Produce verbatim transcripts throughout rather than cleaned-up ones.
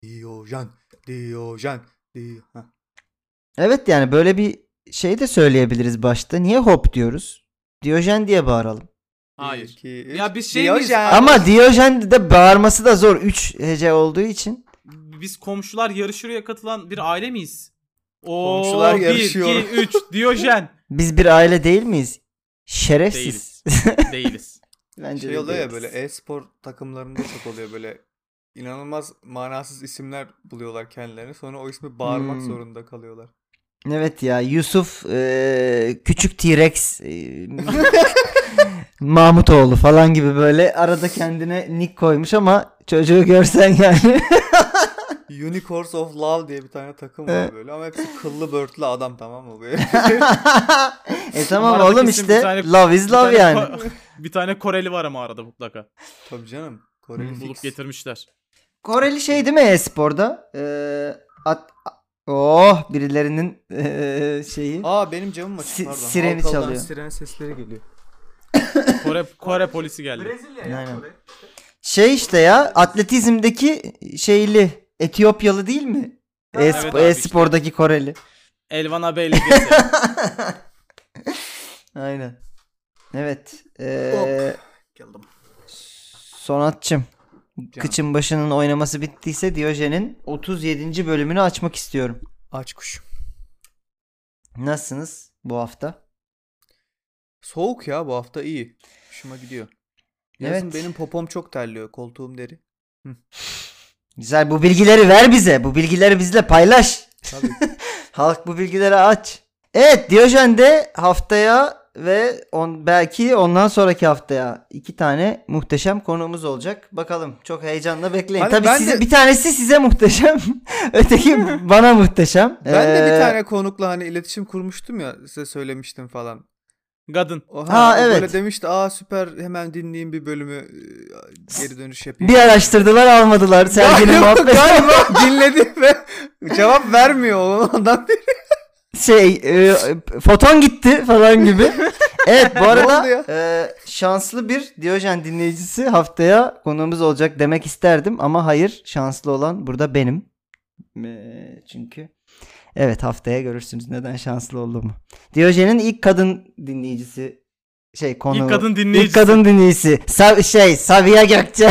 Diyojen. Diyojen. Diyojen. Evet yani böyle bir şey de söyleyebiliriz başta. Niye hop diyoruz? Diyojen diye bağıralım. Hayır. Bir, iki, üç. Ya biz şey miyiz? Diyojen. Ama Diyojen de bağırması da zor. üç hece olduğu için. Biz komşular yarışırıya katılan bir aile miyiz? Oo, Komşular yarışıyor. bir, iki, üç, Diyojen. Biz bir aile değil miyiz? Şerefsiz. Değiliz. Değiliz. Bence Şey de oluyor ya değiliz. böyle e-spor takımlarında çok oluyor böyle inanılmaz manasız isimler buluyorlar kendilerine. Sonra o ismi bağırmak Hmm. zorunda kalıyorlar. Evet ya Yusuf e, küçük T-Rex e, Mahmutoğlu falan gibi böyle arada kendine nick koymuş ama çocuğu görsen yani. Unicorns of Love diye bir tane takım var Evet. böyle ama hepsi kıllı börtlü adam, tamam mı böyle? E tamam Ama aradaki oğlum isim işte bir tane- love is Bir love tane yani. Ko- bir tane Koreli var ama arada mutlaka. Tabii canım. Koreli Hmm. Bulup fix. getirmişler. Koreli şey değil mi e-sporda? Ee, at, oh birilerinin ee, şeyi. Aa benim camım açık, Si- pardon. sireni Halkalı'dan çalıyor. siren sesleri geliyor. Kore Kore polisi geldi. Brezilya ya Aynen. Kore. Şey işte ya atletizmdeki şeyli Etiyopyalı değil mi? Ha, E-sp- evet abi e-spordaki Koreli. Elvan Abeyli gelse. Aynen. Evet. Ee, Geldim. Sonatçım. Canım. Kıçın başının oynaması bittiyse Diyojen'in otuz yedinci bölümünü açmak istiyorum. Aç kuş. Nasılsınız bu hafta? Soğuk ya, bu hafta iyi. Hoşuma gidiyor. Yazın Evet. benim popom çok terliyor. Koltuğum deri. Güzel, bu bilgileri ver bize. Bu bilgileri bizle paylaş. Tabii. Halk bu bilgileri aç. Evet, Diyojen de haftaya ve on, belki ondan sonraki haftaya iki tane muhteşem konuğumuz olacak. Bakalım, çok heyecanla bekleyin. Hani Tabii ben size, de- bir tanesi size muhteşem. Öteki bana muhteşem. Ben de Ee, bir tane konukla hani iletişim kurmuştum ya, size söylemiştim falan. Kadın. O, Ha, o evet. Böyle demişti, aa süper, hemen dinleyeyim bir bölümü, e, geri dönüş yapayım. Bir araştırdılar, almadılar. Serginin Galiba, muhabbeti. galiba dinledi ve cevap vermiyor ondan beri. Şey e, foton gitti falan gibi. Evet, bu Ne arada oldu ya? e, şanslı bir Diyojen dinleyicisi haftaya konuğumuz olacak demek isterdim ama hayır, şanslı olan burada benim. E, çünkü evet, haftaya görürsünüz neden şanslı olduğumu. Diyojen'in ilk kadın dinleyicisi şey konu İlk kadın dinleyicisi. İlk kadın dinleyicisi. Sa- şey Sabiha Gökçe.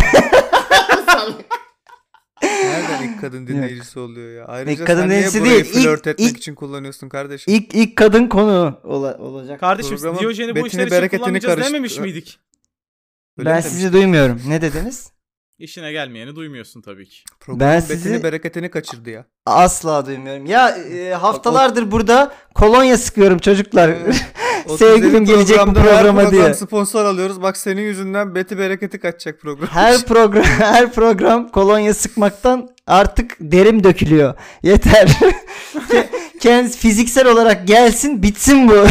Nereden ilk kadın dinleyicisi oluyor ya? Ayrıca İlk kadın sen niye dinleyicisi burayı değil, ilk- flört etmek ilk- için kullanıyorsun kardeşim? ilk ilk kadın konu ola- olacak. Kardeşim Programın Diyojen'i bu betini, işler için bereketini kullanmayacağız karıştı- dememiş miydik? Öyle Ben mi sizi demiştin? duymuyorum. Ne dediniz? İşine gelmeyeni duymuyorsun tabii ki. Programın Ben betini sizi- bereketini kaçırdı ya. Asla duymuyorum. Ya e, haftalardır burada kolonya sıkıyorum çocuklar. otuz Sevgilim yedi gelecek bu programda her programa program diye. sponsor alıyoruz. Bak senin yüzünden beti bereketi kaçacak program. Her program her program kolonya sıkmaktan artık derim dökülüyor. Yeter. Kendisi fiziksel olarak gelsin, bitsin bu.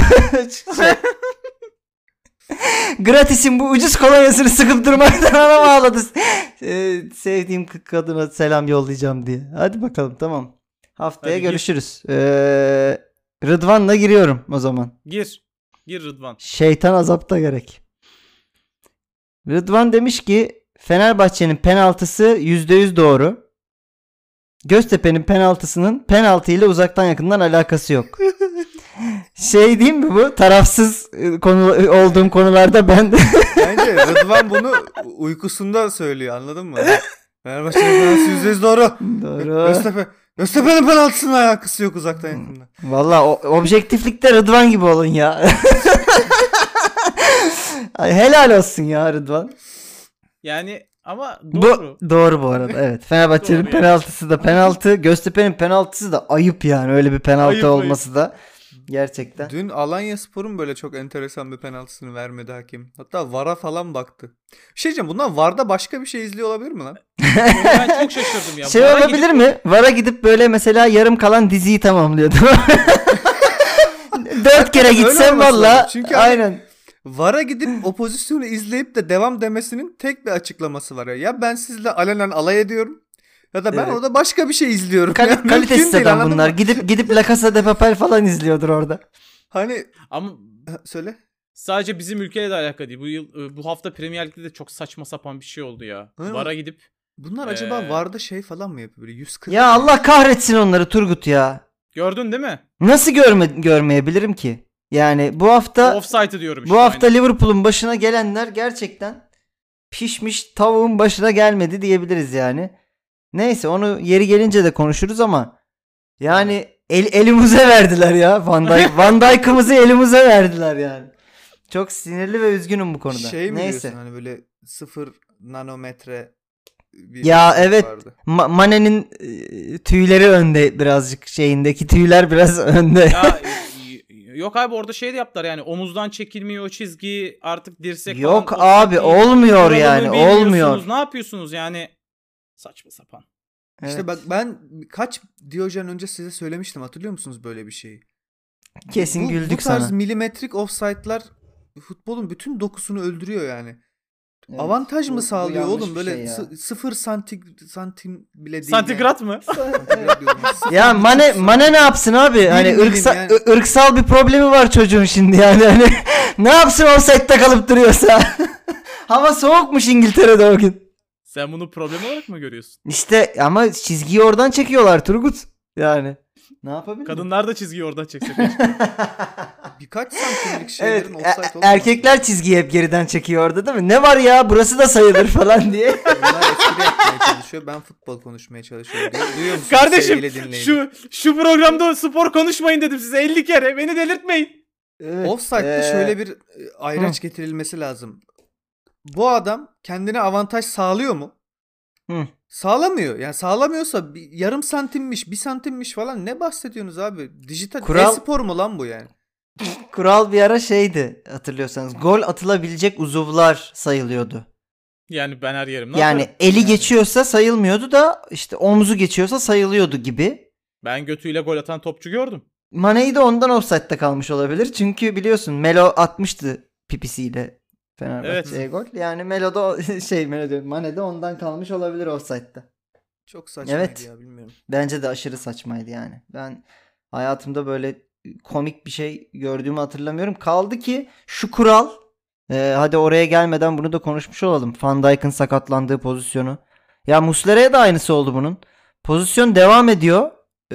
Gratis'in bu ucuz kolonyasını sıkıp durmaktan anam ağladı. Ee, sevdiğim k- kadına selam yollayacağım diye. Hadi bakalım, tamam. Haftaya Hadi gir. görüşürüz. Ee, Rıdvan'la giriyorum o zaman. Gir. Gir Rıdvan. Şeytan azapta gerek. Rıdvan demiş ki Fenerbahçe'nin penaltısı yüzde yüz doğru. Göztepe'nin penaltısının penaltı ile uzaktan yakından alakası yok. Şey diyeyim mi bu? Tarafsız e, konu olduğum konularda ben de Bence Rıdvan bunu uykusunda söylüyor, anladın mı? Fenerbahçe'nin penaltısı yüzde yüz doğru. doğru. Göztepe. Göztepe'nin penaltısının alakası yok uzaktan yakından. Valla o- objektiflikte Rıdvan gibi olun ya. Ay, helal olsun ya Rıdvan. Yani ama doğru. Bu doğru bu arada. Evet. Fenerbahçe'nin Doğru yani. penaltısı da penaltı, Göztepe'nin penaltısı da ayıp yani. Öyle bir penaltı Ayıp, olması da gerçekten. Dün Alanyaspor'un böyle çok enteresan bir penaltısını vermedi hakem. Hatta VAR'a falan baktı. Bir şey diyeceğim, bundan VAR'da başka bir şey izliyor olabilir mi lan? Onu ben çok şaşırdım ya. Şey Bana olabilir gidip- mi? VAR'a gidip böyle mesela yarım kalan diziyi tamamlıyor. Değil mi? Dört kere öyle gitsem olması valla. lazım. Çünkü hani- Aynen. VAR'a gidip o pozisyonu izleyip de devam demesinin tek bir açıklaması var ya. Ya ben sizle alenen alay ediyorum ya da ben Evet. orada başka bir şey izliyorum. Kal- Ya mümkün kalitesiz değil, adam anladın bunlar. mı? Gidip gidip La Casa de Papel falan izliyordur orada. Hani Ama Ha, söyle. sadece bizim ülkeyle de alakalı değil. Bu yıl bu hafta Premier Lig'de de çok saçma sapan bir şey oldu ya. Hı. VAR'a gidip Bunlar Ee, acaba VAR'da şey falan mı yapıyor? Böyle yüz kırk Ya Allah kahretsin onları Turgut ya. Gördün değil mi? Nasıl görme görmeyebilirim ki? Yani bu hafta Offside'ı diyorum işte. bu hafta aynen. Liverpool'un başına gelenler gerçekten pişmiş tavuğun başına gelmedi diyebiliriz yani. Neyse onu yeri gelince de konuşuruz ama yani el, elimize verdiler ya Van Dijk. Van Dijk'ımızı elimize verdiler yani. Çok sinirli ve üzgünüm bu konuda. Şey mi Neyse. diyorsun hani böyle sıfır nanometre bir Ya şey evet. vardı. Ma- Mane'nin e, tüyleri önde birazcık şeyindeki tüyler biraz önde. Ya y- yok abi orada şey de yaptılar yani omuzdan çekilmiyor o çizgi artık dirsek falan. Yok offside abi değil. olmuyor Kuralını yani bilmiyorsunuz, olmuyor. Ne yapıyorsunuz yani? Saçma sapan. Evet. İşte bak ben kaç Diyojen önce size söylemiştim, hatırlıyor musunuz böyle bir şeyi? Kesin bu, güldük bu tarz sana. milimetrik offside'lar futbolun bütün dokusunu öldürüyor yani. Evet, Avantaj bu- mı bu sağlıyor yanlış oğlum bir böyle şey ya. sı- sıfır santim santim bile değil. Santigrat mı? Yani. Santigrat diyorum. Sıfır Ya buçuk Mane santim. Mane ne yapsın abi? Hani milim ırksal yani. ı- ırksal bir problemi var çocuğun şimdi yani. Hani ne yapsın offside'de kalıp duruyorsa. Hava soğukmuş İngiltere'de o gün. Sen bunu problem olarak mı görüyorsun? İşte ama çizgiyi oradan çekiyorlar Turgut. Yani. Ne yapabilir? Kadınlar da çizgiyi oradan çekse. Birkaç santimlik Evet, şeylerin e- offside olmaması. erkekler çizgiyi hep geriden çekiyor orada değil mi? Ne var ya burası da sayılır falan diye. Bunlar espri yapmaya çalışıyor. Ben futbol konuşmaya çalışıyorum. Duy- Duyuyor musunuz Kardeşim sevgili dinleyici? şu şu programda spor konuşmayın dedim size elli kere. Beni delirtmeyin. Evet, Offside'da ee, şöyle bir e, ayraç getirilmesi lazım. Bu adam kendine avantaj sağlıyor mu? Hı. Sağlamıyor. Yani sağlamıyorsa bir, yarım santimmiş, bir santimmiş falan ne bahsediyorsunuz abi? Dijital Kural- e-spor mu lan bu yani? kural bir ara şeydi hatırlıyorsanız. Gol atılabilecek uzuvlar sayılıyordu. Yani ben her yerim. Ne Yani yaparım? eli Yani geçiyorsa sayılmıyordu da işte omzu geçiyorsa sayılıyordu gibi. Ben götüyle gol atan topçu gördüm. Mane'yi de ondan offside'da kalmış olabilir. Çünkü biliyorsun Melo atmıştı pipisiyle Fenerbahçe'ye gol. Yani Melo da o- şey Melo diyorum, Mane de ondan kalmış olabilir offside'da. Çok saçmaydı Evet. ya, bilmiyorum. Bence de aşırı saçmaydı yani. Ben hayatımda böyle komik bir şey gördüğümü hatırlamıyorum. Kaldı ki şu kural, e, hadi oraya gelmeden bunu da konuşmuş olalım. Van Dijk'ın sakatlandığı pozisyonu. Ya Muslera'ya da aynısı oldu bunun. Pozisyon devam ediyor. E,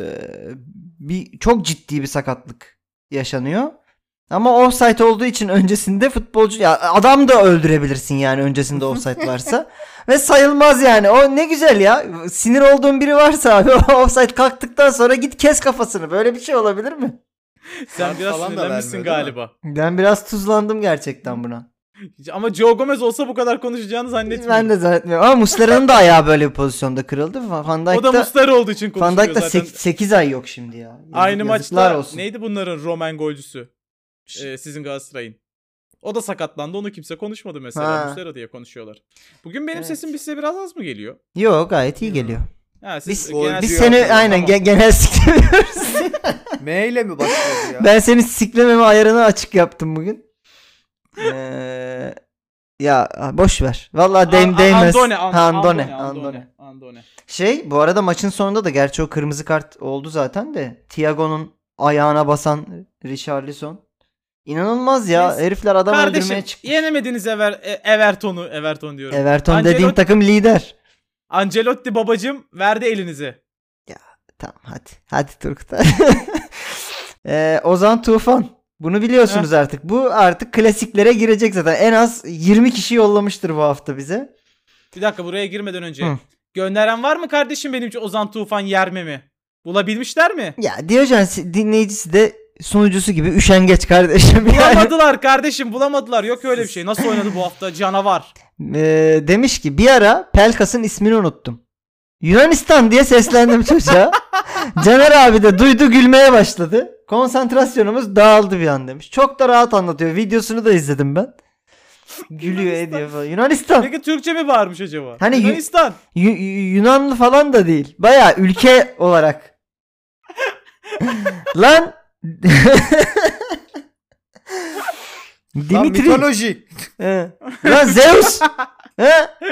bir çok ciddi bir sakatlık yaşanıyor. Ama offside olduğu için öncesinde futbolcu ya adam da öldürebilirsin yani öncesinde offside varsa ve sayılmaz yani. O ne güzel ya. Sinir olduğun biri varsa abi o offside kalktıktan sonra git kes kafasını. Böyle bir şey olabilir mi? Sen Kart biraz falan da sinirlenmişsin vermiyor, değil mi? galiba. Ben biraz tuzlandım gerçekten buna. Ama Joe Gomez olsa bu kadar konuşacağını zannetmiyorum. Ben de zannetmiyorum. Ama Muslera'nın da ayağı böyle bir pozisyonda kırıldı. Van O da Dijk'ta Muslera olduğu için Van konuşuluyor Dijk'ta zaten. sekiz ay yok şimdi ya. Yazık- Aynı yazıklar maçta olsun. neydi bunların Roman golcüsü? Ee, sizin Galatasaray'ın. O da sakatlandı. Onu kimse konuşmadı mesela. Ha. Muslera diye konuşuyorlar. Bugün benim Evet. sesim size biraz az mı geliyor? Yok gayet iyi geliyor. Ha, siz Biz, Golcü genel- biz ya. seni Tamam. aynen ge- genel siklemiyoruz. M ile mi başlıyordu ya? Ben seni siklememe ayarını açık yaptım bugün. Ee, ya boş ver. Vallahi değm A- değmez. Andone, An- Ha, Andone, Andone, Andone. Andone. Şey bu arada maçın sonunda da gerçi o kırmızı kart oldu zaten de Thiago'nun ayağına basan Richarlison. İnanılmaz ya. Neyse. Herifler adam Kardeşim öldürmeye çıkmış. yenemediniz Ever, e- Everton'u. Everton diyorum. Everton Ancelotti- dediğin takım lider. Ancelotti babacım verdi elinize. Tamam hadi. Hadi Turgut. ee, Ozan Tufan. Bunu biliyorsunuz artık. Bu artık klasiklere girecek zaten. En az yirmi kişi yollamıştır bu hafta bize. Bir dakika buraya girmeden önce. Hı. Gönderen var mı kardeşim benim için Ozan Tufan Yerme mi? Bulabilmişler mi? Ya Diyojen dinleyicisi de sunucusu gibi üşengeç kardeşim. Yani. Bulamadılar kardeşim bulamadılar. Yok öyle bir şey. Nasıl oynadı bu hafta canavar? Ee, demiş ki bir ara Pelkas'ın ismini unuttum. Yunanistan diye seslendim çocuğa. Caner abi de duydu gülmeye başladı. Konsantrasyonumuz dağıldı bir an demiş. Çok da rahat anlatıyor. Videosunu da izledim ben. Gülüyor ediyor falan. Yunanistan. Peki Türkçe mi bağırmış acaba? Hani Yu- Yunanistan. Yu- Yu- Yunanlı falan da değil. Baya ülke olarak. Lan Lan Dimitri. mitoloji. He. Lan Zeus. He?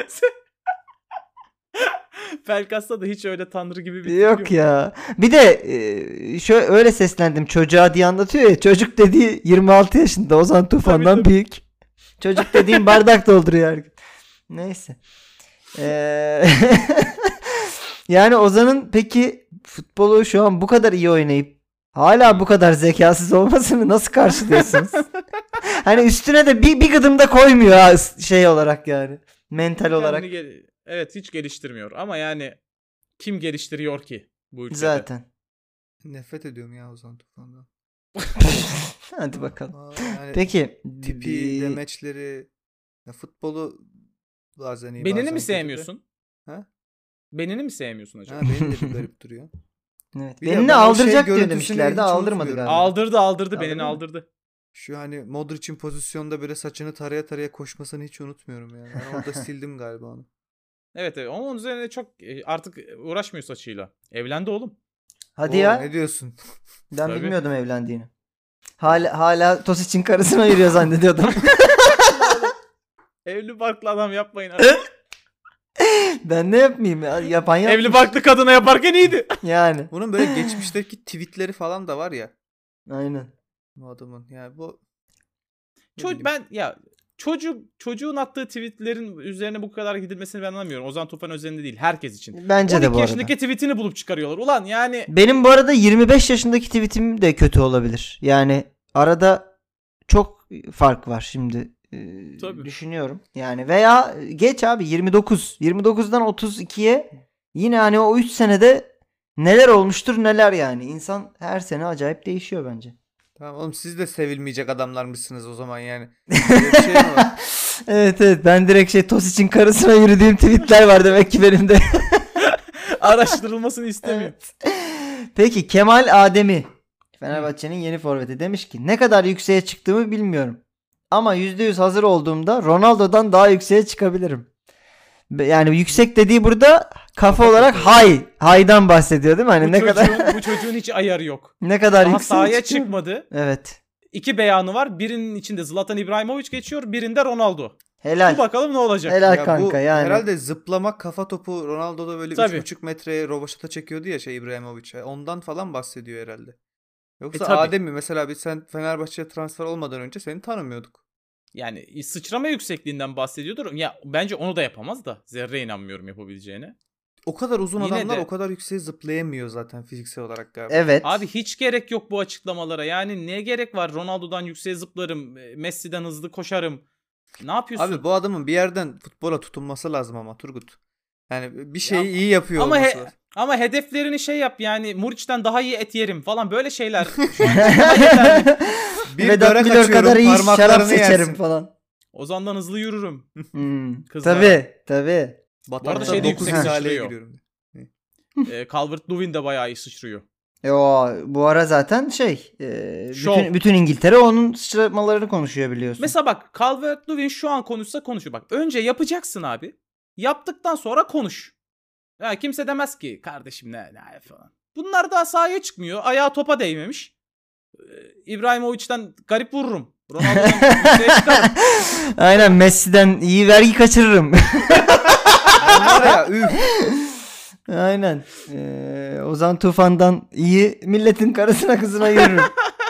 Pelkas'ta da hiç öyle tanrı gibi bir Yok ya. Bir de e, şöyle öyle seslendim çocuğa diye anlatıyor ya. Çocuk dediği yirmi altı yaşında Ozan Tufan'dan Tabii, tabii. büyük. Çocuk dediğim bardak dolduruyor her gün. Neyse. Ee, yani Ozan'ın peki futbolu şu an bu kadar iyi oynayıp hala bu kadar zekasız olmasını nasıl karşılıyorsunuz? Hani üstüne de bir, bir gıdım da koymuyor ha, şey olarak yani. Mental olarak. Kendini gel- evet hiç geliştirmiyor ama yani kim geliştiriyor ki bu ülkede? Zaten. Nefret ediyorum ya Ozan Tufan'dan. Hadi bakalım. Aa, yani Peki. tipi, bir- demeçleri, ya futbolu bazen iyi Benini bazen mi kötü de. sevmiyorsun? Ha? Benini mi sevmiyorsun acaba? Ha, benim de bir garip duruyor. Evet. Bir de Benini ben o aldıracak şey diyor görüntüsünü demişlerdi. hiç Aldırmadı unutmuyorum. galiba. Aldırdı aldırdı Aldırdı benini mı? aldırdı. Şu hani Modric'in pozisyonda böyle saçını taraya taraya koşmasını hiç unutmuyorum yani. Ben orada sildim galiba onu. Evet evet ama onun üzerine çok e, artık uğraşmıyor saçıyla. Evlendi oğlum. Hadi Oo, ya. ne diyorsun? Ben Tabii. bilmiyordum evlendiğini. Hala, hala Tosic'in karısına yürüyor zannediyordum. Evli barklı adam yapmayın artık. Ben ne yapmayayım ya? Yapan yapmış. Evli barklı kadına yaparken iyiydi. Yani. Bunun böyle geçmişteki tweetleri falan da var ya. Aynen. Bu adamın yani bu ne Ço- bileyim. ben ya çocuk çocuğun attığı tweetlerin üzerine bu kadar gidilmesini ben anlamıyorum. Ozan Tufan özelinde değil, herkes için. Bence de bu on iki arada. yaşındaki tweetini bulup çıkarıyorlar. Ulan yani Benim bu arada yirmi beş yaşındaki tweetim de kötü olabilir. Yani arada çok fark var şimdi. Ee, Tabii. Düşünüyorum. Yani veya geç abi yirmi dokuz. yirmi dokuzdan otuz ikiye yine hani o üç senede neler olmuştur neler yani. İnsan her sene acayip değişiyor bence. Tamam oğlum siz de sevilmeyecek adamlarmışsınız o zaman yani. Böyle bir şey mi var? Evet evet ben direkt şey Tosic'in karısına yürüdüğüm tweetler var demek ki benim de. araştırılmasını istemiyor. Peki Kemal Ademi Fenerbahçe'nin yeni forveti demiş ki ne kadar yükseğe çıktığımı bilmiyorum. Ama yüzde yüz hazır olduğumda Ronaldo'dan daha yükseğe çıkabilirim. Be- Yani yüksek dediği burada kafa olarak high. High'dan bahsediyor değil mi? Hani Bu, ne çocuğun, kadar bu çocuğun hiç ayarı yok. ne kadar Daha yükseğe sahaya çıkıyor? çıkmadı. Evet. İki beyanı var. Birinin içinde Zlatan İbrahimovic geçiyor. Birinde Ronaldo. Helal. Dur bakalım ne olacak. Helal Ya kanka bu yani. herhalde zıplamak kafa topu Ronaldo'da böyle Tabii. üç buçuk metreye roboşata çekiyordu ya şey İbrahimovic'e. Ondan falan bahsediyor herhalde. Yoksa E, tabii. Adem mi? Mesela biz sen Fenerbahçe'ye transfer olmadan önce seni tanımıyorduk. Yani sıçrama yüksekliğinden bahsediyordur. Ya bence onu da yapamaz da. Zerre inanmıyorum yapabileceğine. O kadar uzun Yine adamlar de- o kadar yükseğe zıplayamıyor zaten fiziksel olarak galiba. Evet. Abi hiç gerek yok bu açıklamalara. Yani ne gerek var? Ronaldo'dan yükseğe zıplarım. Messi'den hızlı koşarım. Ne yapıyorsun? Abi bu adamın bir yerden futbola tutunması lazım ama Turgut. Yani bir şeyi Ya- iyi yapıyor ama olması he- lazım. Ama hedeflerini şey yap yani Muriç'ten daha iyi et yerim falan böyle şeyler. Şu an daha yeterli. Bir Vedat börek Milor açıyorum, kadar iyi şarap parmaklarını seçerim yersin. falan. Ozan'dan hızlı yürürüm. Hmm. Kızlar. Tabii tabii. Batakta şeyde dokuz yüksek ihaleye sıçrıyor. giriyorum. Ee, Calvert-Lewin de bayağı iyi sıçrıyor. E o bu ara zaten şey e, Şov. bütün, bütün İngiltere onun sıçramalarını konuşuyor biliyorsun. Mesela bak Calvert-Lewin şu an konuşsa konuşuyor. Bak önce yapacaksın abi. Yaptıktan sonra konuş. Ya kimse demez ki kardeşim ne ne falan. Bunlar daha sahaya çıkmıyor. Ayağı topa değmemiş. Ee, İbrahimovic'den garip vururum. Ronaldo'dan yükseğe çıkarım. Aynen Messi'den iyi vergi kaçırırım. Bunlar ya üf. Aynen. Ee, Ozan Tufan'dan iyi milletin karısına kızına yürürüm.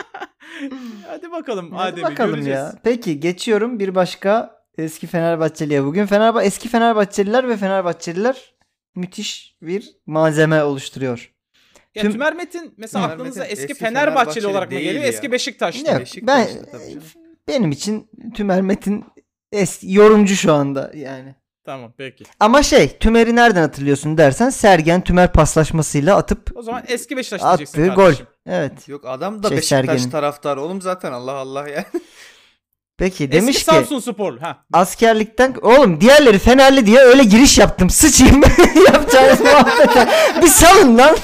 Hadi bakalım. Hadi Adem'i bakalım göreceğiz. ya. Peki geçiyorum bir başka eski Fenerbahçeli'ye. Bugün Fenerbahçe eski Fenerbahçeliler ve Fenerbahçeliler müthiş bir malzeme oluşturuyor. Ya Tüm- Tümer Metin mesela Tümer aklınıza Metin eski, eski Fenerbahçeli Fenerbahçeli olarak mı değil geliyor? ya. Eski Beşiktaşlı. Yok, Beşiktaş'ta ben tabii canım. benim için Tümer Metin eski yorumcu şu anda yani. Tamam peki. Ama şey Tümer'i nereden hatırlıyorsun dersen Sergen Tümer paslaşmasıyla atıp O zaman eski Beşiktaş diyeceksin attığı gol. kardeşim. Evet. Yok adam da Şey, Beşiktaş Sergen'in. taraftarı. Oğlum zaten Allah Allah ya. Peki demiş Eski ki Samsun Spor. Ha. askerlikten oğlum diğerleri Fenerli diye öyle giriş yaptım. Sıçayım yapacağınız muhabbete. Bir salın lan.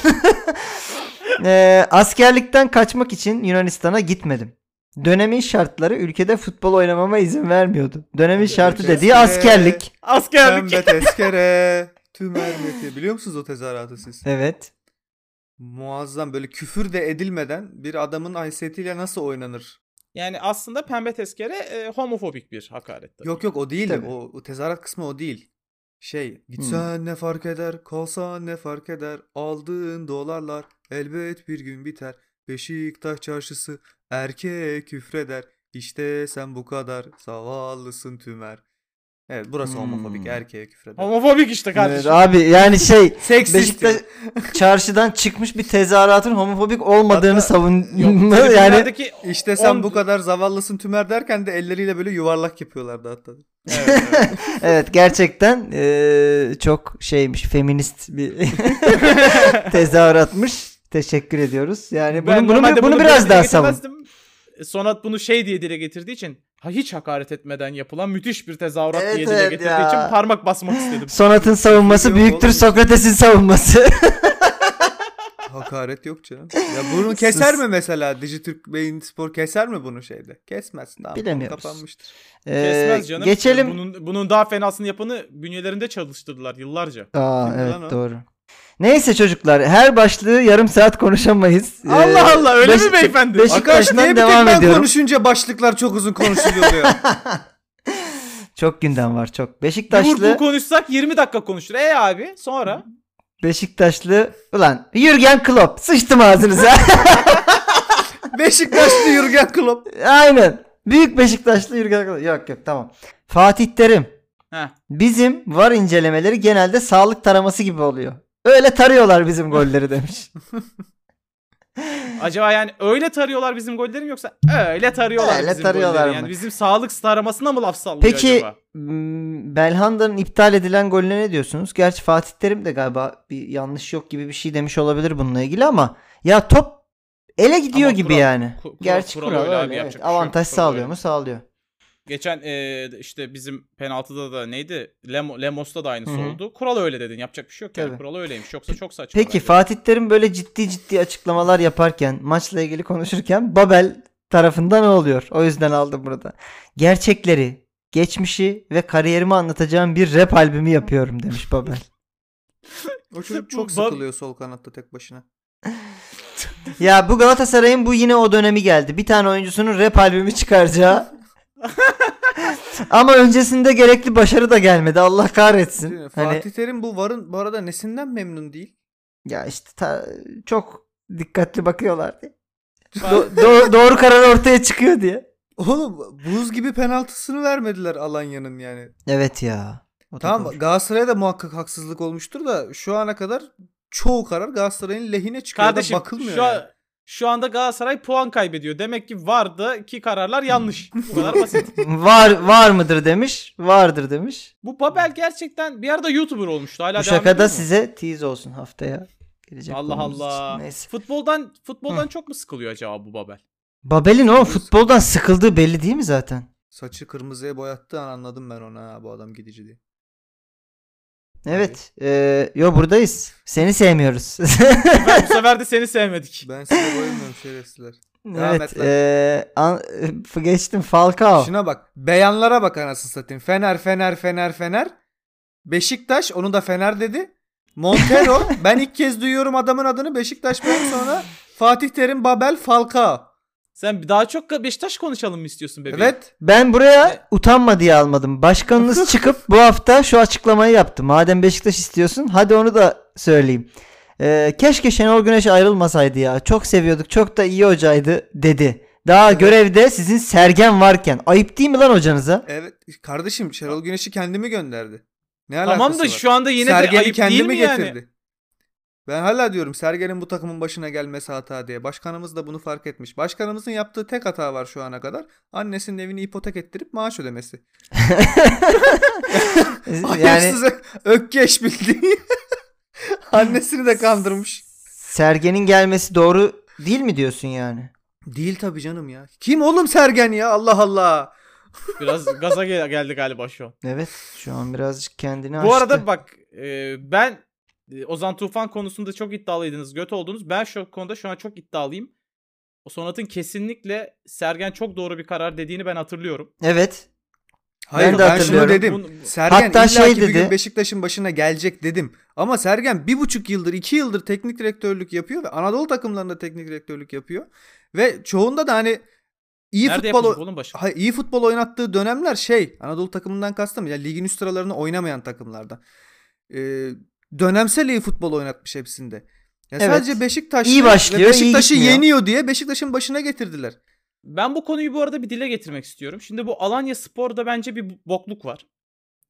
Ee, askerlikten kaçmak için Yunanistan'a gitmedim. Dönemin şartları ülkede futbol oynamama izin vermiyordu. Dönemin şartı Tezkere, dediği askerlik. Askerlik. Pembe tezkere. Tümer Metin. Biliyor musunuz o tezahüratı siz? Evet. Muazzam böyle küfür de edilmeden bir adamın haysiyetiyle nasıl oynanır? Yani aslında pembe tezkere e, homofobik bir hakaret. tabii. Yok yok o değil. Tabii. O, o tezahürat kısmı o değil. Şey gitsen ne fark eder, kalsan ne fark eder, aldığın dolarlar elbet bir gün biter. Beşiktaş çarşısı erkek küfreder, işte sen bu kadar zavallısın Tümer. Evet burası Hmm. homofobik. Erkeğe küfreder. Homofobik işte Evet, kardeşim. abi yani şey Seksist. Beşiktaş çarşıdan çıkmış bir tezahüratın homofobik olmadığını Hatta- savunma Yok, yani tribünlerdeki İşte sen on- bu kadar zavallısın Tümer derken de elleriyle böyle yuvarlak yapıyorlardı hatta. Evet, evet. evet gerçekten eee, çok şeymiş feminist bir tezahüratmış. Teşekkür ediyoruz. Yani Ben bunu bunu, normalde bunu, böyle biraz dile daha savun. getirmezdim. E, Sonat bunu şey diye dile getirdiği için ha, hiç hakaret etmeden yapılan müthiş bir tezahürat Evet, diye dile evet getirdiği ya. için parmak basmak istedim. Sonat'ın savunması Yok büyüktür oğlum. Sokrates'in savunması. Hakaret yok canım. Ya bunu keser mi mesela? Dijitürk Beyin Spor keser mi bunu şeyde? Kesmezsin. Tamam, Bilemiyoruz. kapanmıştır. Eee, Kesmez canım. Geçelim. Bunun, bunun daha fenasını yapanı bünyelerinde çalıştırdılar yıllarca. Aa Kimdi evet lan o? doğru. Neyse çocuklar her başlığı yarım saat konuşamayız. Ee, Allah Allah, öyle mi Beş- beyefendi? Beşiktaş'tan Arkadaş niye bir tek devam ben ediyorum. konuşunca başlıklar çok uzun konuşuluyor ya? Çok gündem var çok. Liverpool Beşiktaşlı konuşsak yirmi dakika konuşur. E abi sonra? Beşiktaşlı ulan Jürgen Klopp sıçtım ağzınıza. Beşiktaşlı Jürgen Klopp. Aynen. Büyük Beşiktaşlı Jürgen Klopp. Yok yok tamam. Fatih Terim. Heh. Bizim VAR incelemeleri genelde sağlık taraması gibi oluyor. Öyle tarıyorlar bizim golleri demiş. Acaba yani öyle tarıyorlar bizim golleri mi yoksa öyle tarıyorlar Öyle bizim tarıyorlar golleri? mı? Yani bizim sağlık taramasına mı laf sallıyor Peki acaba? m, Belhanda'nın iptal edilen golüne ne diyorsunuz? Gerçi Fatih Terim de galiba bir yanlış yok gibi bir şey demiş olabilir bununla ilgili ama ya top ele gidiyor Ama gibi kural- yani. ku- kural- Gerçi kural kural öyle abi, öyle, yapacak evet. bir şey yok. Avantaj Kural sağlıyor öyle. mu? Sağlıyor. Geçen e, işte bizim penaltıda da neydi? Lemo, Lemos'ta da aynısı Hı hı. oldu. Kural öyle dedin. Yapacak bir şey yok yani. Tabii. Kural öyleymiş. Yoksa çok saçma. Peki bence. Fatih Terim böyle ciddi ciddi açıklamalar yaparken, maçla ilgili konuşurken Babel tarafında ne oluyor? O yüzden aldım burada. Gerçekleri, geçmişi ve kariyerimi anlatacağım bir rap albümü yapıyorum demiş Babel. O çocuk Bu çok bab- sıkılıyor sol kanatta tek başına. Ya bu Galatasaray'ın bu yine o dönemi geldi. Bir tane oyuncusunun rap albümü çıkaracağı. Ama öncesinde gerekli başarı da gelmedi. Allah kahretsin. Değil mi? Hani Fatih Terim bu varın bu arada nesinden memnun değil? ya işte ta- çok dikkatli bakıyorlar diye. Do- do- doğru karar ortaya çıkıyor diye. Oğlum buz gibi penaltısını vermediler Alanya'nın yani. Evet ya. O da Tamam doğru. Galatasaray'a da muhakkak haksızlık olmuştur da şu ana kadar çoğu karar Galatasaray'ın lehine çıkıyor. Kardeşim da bakılmıyor şu, yani. an, şu anda Galatasaray puan kaybediyor. Demek ki vardı ki kararlar yanlış. Bu kadar basit. Var var mıdır demiş. Vardır demiş. Bu Babel gerçekten bir arada YouTuber olmuştu. Hala Bu devam şaka da ediyor mu? size tease olsun haftaya. Gelecek Allah konumuz Allah. için. Neyse. Futboldan futboldan çok mu sıkılıyor acaba bu Babel? Babel'in o futboldan sıkıldığı belli değil mi zaten? Saçı kırmızıya boyattığı an anladım ben ona ha, bu adam gidici diye. Evet. Eee yo buradayız. Seni sevmiyoruz. Ben bu sefer de seni sevmedik. Ben size boyamıyorum şerefsizler. Devam evet. et lan. Eee an- geçtim Falcao. Şuna bak. Beyanlara bak anasını satayım. Fener, Fener, Fener, Fener. Beşiktaş onu da Fener dedi. Montero ben ilk kez duyuyorum adamın adını. Beşiktaş ben sonra Fatih Terim, Babel, Falcao. Sen daha çok Beşiktaş konuşalım mı istiyorsun bebeğim? Evet. Ben buraya Ne? utanma diye almadım. Başkanınız çıkıp bu hafta şu açıklamayı yaptı. Madem Beşiktaş istiyorsun hadi onu da söyleyeyim. Ee, keşke Şenol Güneş ayrılmasaydı ya. Çok seviyorduk. Çok da iyi hocaydı dedi. Daha Evet. görevde sizin Sergen varken. Ayıp değil mi lan hocanıza? Evet. Kardeşim Şenol Güneş'i kendimi gönderdi. Ne alakası Tamam da var? şu anda yine de Sergen'i ayıp değil kendimi mi yani? getirdi. Ben hala diyorum Sergen'in bu takımın başına gelmesi hata diye. Başkanımız da bunu fark etmiş. Başkanımızın yaptığı tek hata var şu ana kadar. Annesinin evini ipotek ettirip maaş ödemesi. yani Hayırsız ökkeş bildiğin. Annesini de kandırmış. Sergen'in gelmesi doğru değil mi diyorsun yani? Değil tabii canım ya. Kim oğlum Sergen ya? Allah Allah. Biraz gaza gel- geldi galiba şu an. Evet şu an birazcık kendini açtı. Bu arada bak e, ben e, Ozan Tufan konusunda çok iddialıydınız. Göt oldunuz. Ben şu konuda şu an çok iddialıyım. O Sonat'ın kesinlikle Sergen çok doğru bir karar dediğini ben hatırlıyorum. Evet. Hayır Ben ben, de şunu hatırlıyorum. dedim. Bunu- Sergen Hatta illaki şey bir dedi. gün Beşiktaş'ın başına gelecek dedim. Ama Sergen bir buçuk yıldır iki yıldır teknik direktörlük yapıyor ve Anadolu takımlarında teknik direktörlük yapıyor. Ve çoğunda da hani iyi Nerede futbol yapacak oğlum başı? Hayır, iyi futbol oynattığı dönemler şey Anadolu takımından kastım ya ligin üst sıralarını oynamayan takımlarda. Ee, dönemsel iyi futbol oynatmış hepsinde. Ya Evet. sadece Beşiktaş İyi başlıyor, iyi Beşiktaş'ı gitmiyor. yeniyor diye Beşiktaş'ın başına getirdiler. Ben bu konuyu bu arada bir dile getirmek istiyorum. Şimdi bu Alanya Spor'da bence bir bokluk var.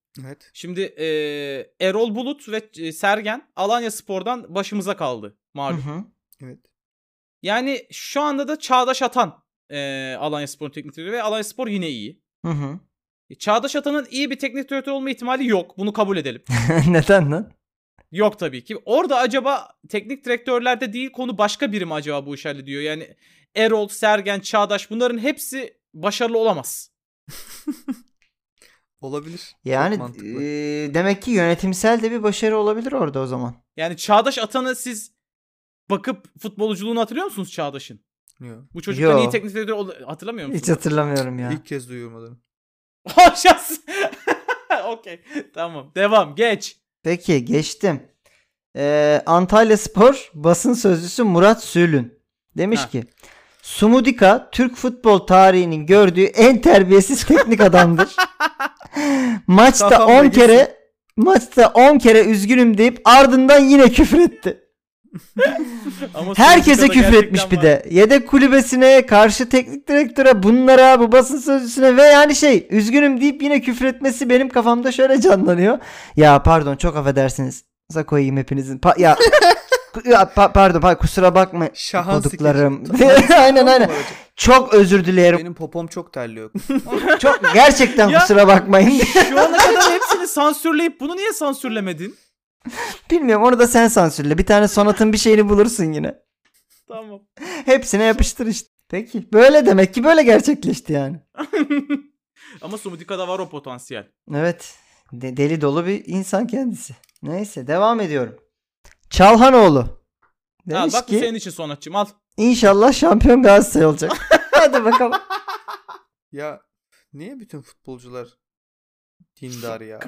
Evet. Şimdi e, Erol Bulut ve e, Sergen Alanyaspor'dan başımıza kaldı Hı malum. hı. Evet. Yani şu anda da Çağdaş Atan e, Alanyaspor'un teknik direktörü ve Alanyaspor yine iyi. Hı hı. E, Çağdaş Atan'ın iyi bir teknik direktör olma ihtimali yok. Bunu kabul edelim. Neden lan? Yok tabii ki. Orada acaba teknik direktörlerde değil, konu başka biri mi acaba bu işi hallediyor? Yani Erol, Sergen, Çağdaş, bunların hepsi başarılı olamaz. Olabilir. Çok Yani mantıklı. e, demek ki yönetimsel de bir başarı olabilir orada o zaman. Yani Çağdaş Atan'ı siz bakıp futbolculuğunu hatırlıyor musunuz Çağdaş'ın? Yok. Bu çocuktan Yo. iyi teknik direktör ol- hatırlamıyor musunuz? Hiç hatırlamıyorum ya. İlk kez duyuyorum adını. Haşas. Okey. Tamam. Devam. Geç. Peki geçtim. Ee, Antalyaspor basın sözcüsü Murat Sülün demiş Ha. ki Sumudika Türk futbol tarihinin gördüğü en terbiyesiz teknik adamdır. Maçta Kafamda on gitsin. kere maçta on kere üzgünüm deyip ardından yine küfür etti. Ama Herkese Sumudika'da küfür gerçekten etmiş bir var. de. Yedek kulübesine, karşı teknik direktöre, bunlara, bu basın sözcüsüne ve yani şey üzgünüm deyip yine küfür etmesi benim kafamda şöyle canlanıyor. Ya pardon çok affedersiniz. Za koyayım hepinizin. Pa- ya ya pa- pardon pa- kusura bakma Şahan koduklarım. skeç. Aynen aynen. Çok özür dilerim. Benim popom çok terliyor. Çok gerçekten Ya- kusura bakmayın. Şu ana kadar hepsini sansürleyip bunu niye sansürlemedin? Bilmiyorum onu da sen sansürle. Bir tane sonatın bir şeyini bulursun yine. Tamam. Hepsine yapıştır işte. Peki. Böyle demek ki böyle gerçekleşti yani. Ama Sumudika'da var o potansiyel. Evet. De- deli dolu bir insan kendisi. Neyse devam ediyorum. Çalhanoğlu. Al Demiş bak bu ki senin için Sonatçım, al. inşallah şampiyon Galatasaray olacak. Hadi bakalım. Ya niye bütün futbolcular dindar ya?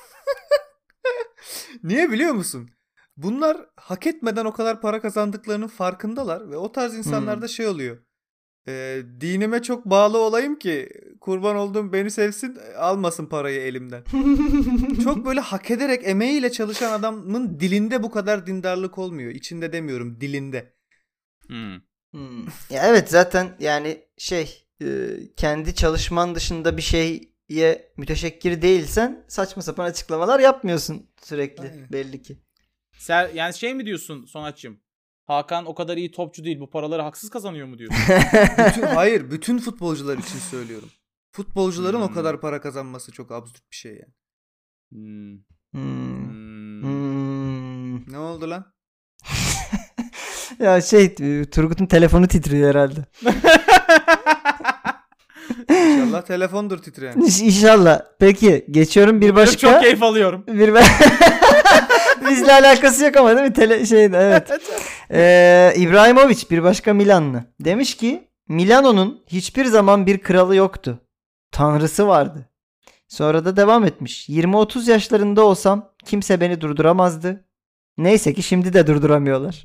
Niye biliyor musun? Bunlar hak etmeden o kadar para kazandıklarının farkındalar ve o tarz insanlarda şey oluyor. E, dinime çok bağlı olayım ki kurban olduğum beni sevsin, almasın parayı elimden. Çok böyle hak ederek emeğiyle çalışan adamın dilinde bu kadar dindarlık olmuyor. İçinde demiyorum, dilinde. Hmm. Hmm. Ya evet zaten yani şey e, kendi çalışman dışında bir şeye müteşekkir değilsen saçma sapan açıklamalar yapmıyorsun sürekli Aynen. belli ki. Sen yani şey mi diyorsun Sonatçım? Hakan o kadar iyi topçu değil, bu paraları haksız kazanıyor mu diyorsun? Bütün, hayır, bütün futbolcular için söylüyorum. Futbolcuların Hmm. o kadar para kazanması çok absürt bir şey yani. Hmm. Hmm. Hmm. Hmm. Ne oldu lan? Ya şey e, Turgut'un telefonu titriyor herhalde. İnşallah telefondur titreyen. İş- İnşallah. Peki geçiyorum bir başka. Çok keyif alıyorum. Bir ben... Bizle alakası yok ama değil mi? Tele şeyde evet. Ee, İbrahimovic bir başka Milanlı. Demiş ki Milano'nun hiçbir zaman bir kralı yoktu. Tanrısı vardı. Sonra da devam etmiş. yirmi otuz yaşlarında olsam kimse beni durduramazdı. Neyse ki şimdi de durduramıyorlar.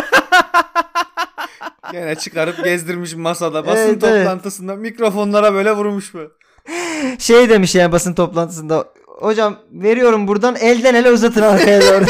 Gene çıkarıp gezdirmiş masada basın Evet, evet. toplantısında mikrofonlara böyle vurmuş bu. Şey demiş yani basın toplantısında. Hocam veriyorum buradan elden ele uzatın arkaya doğru.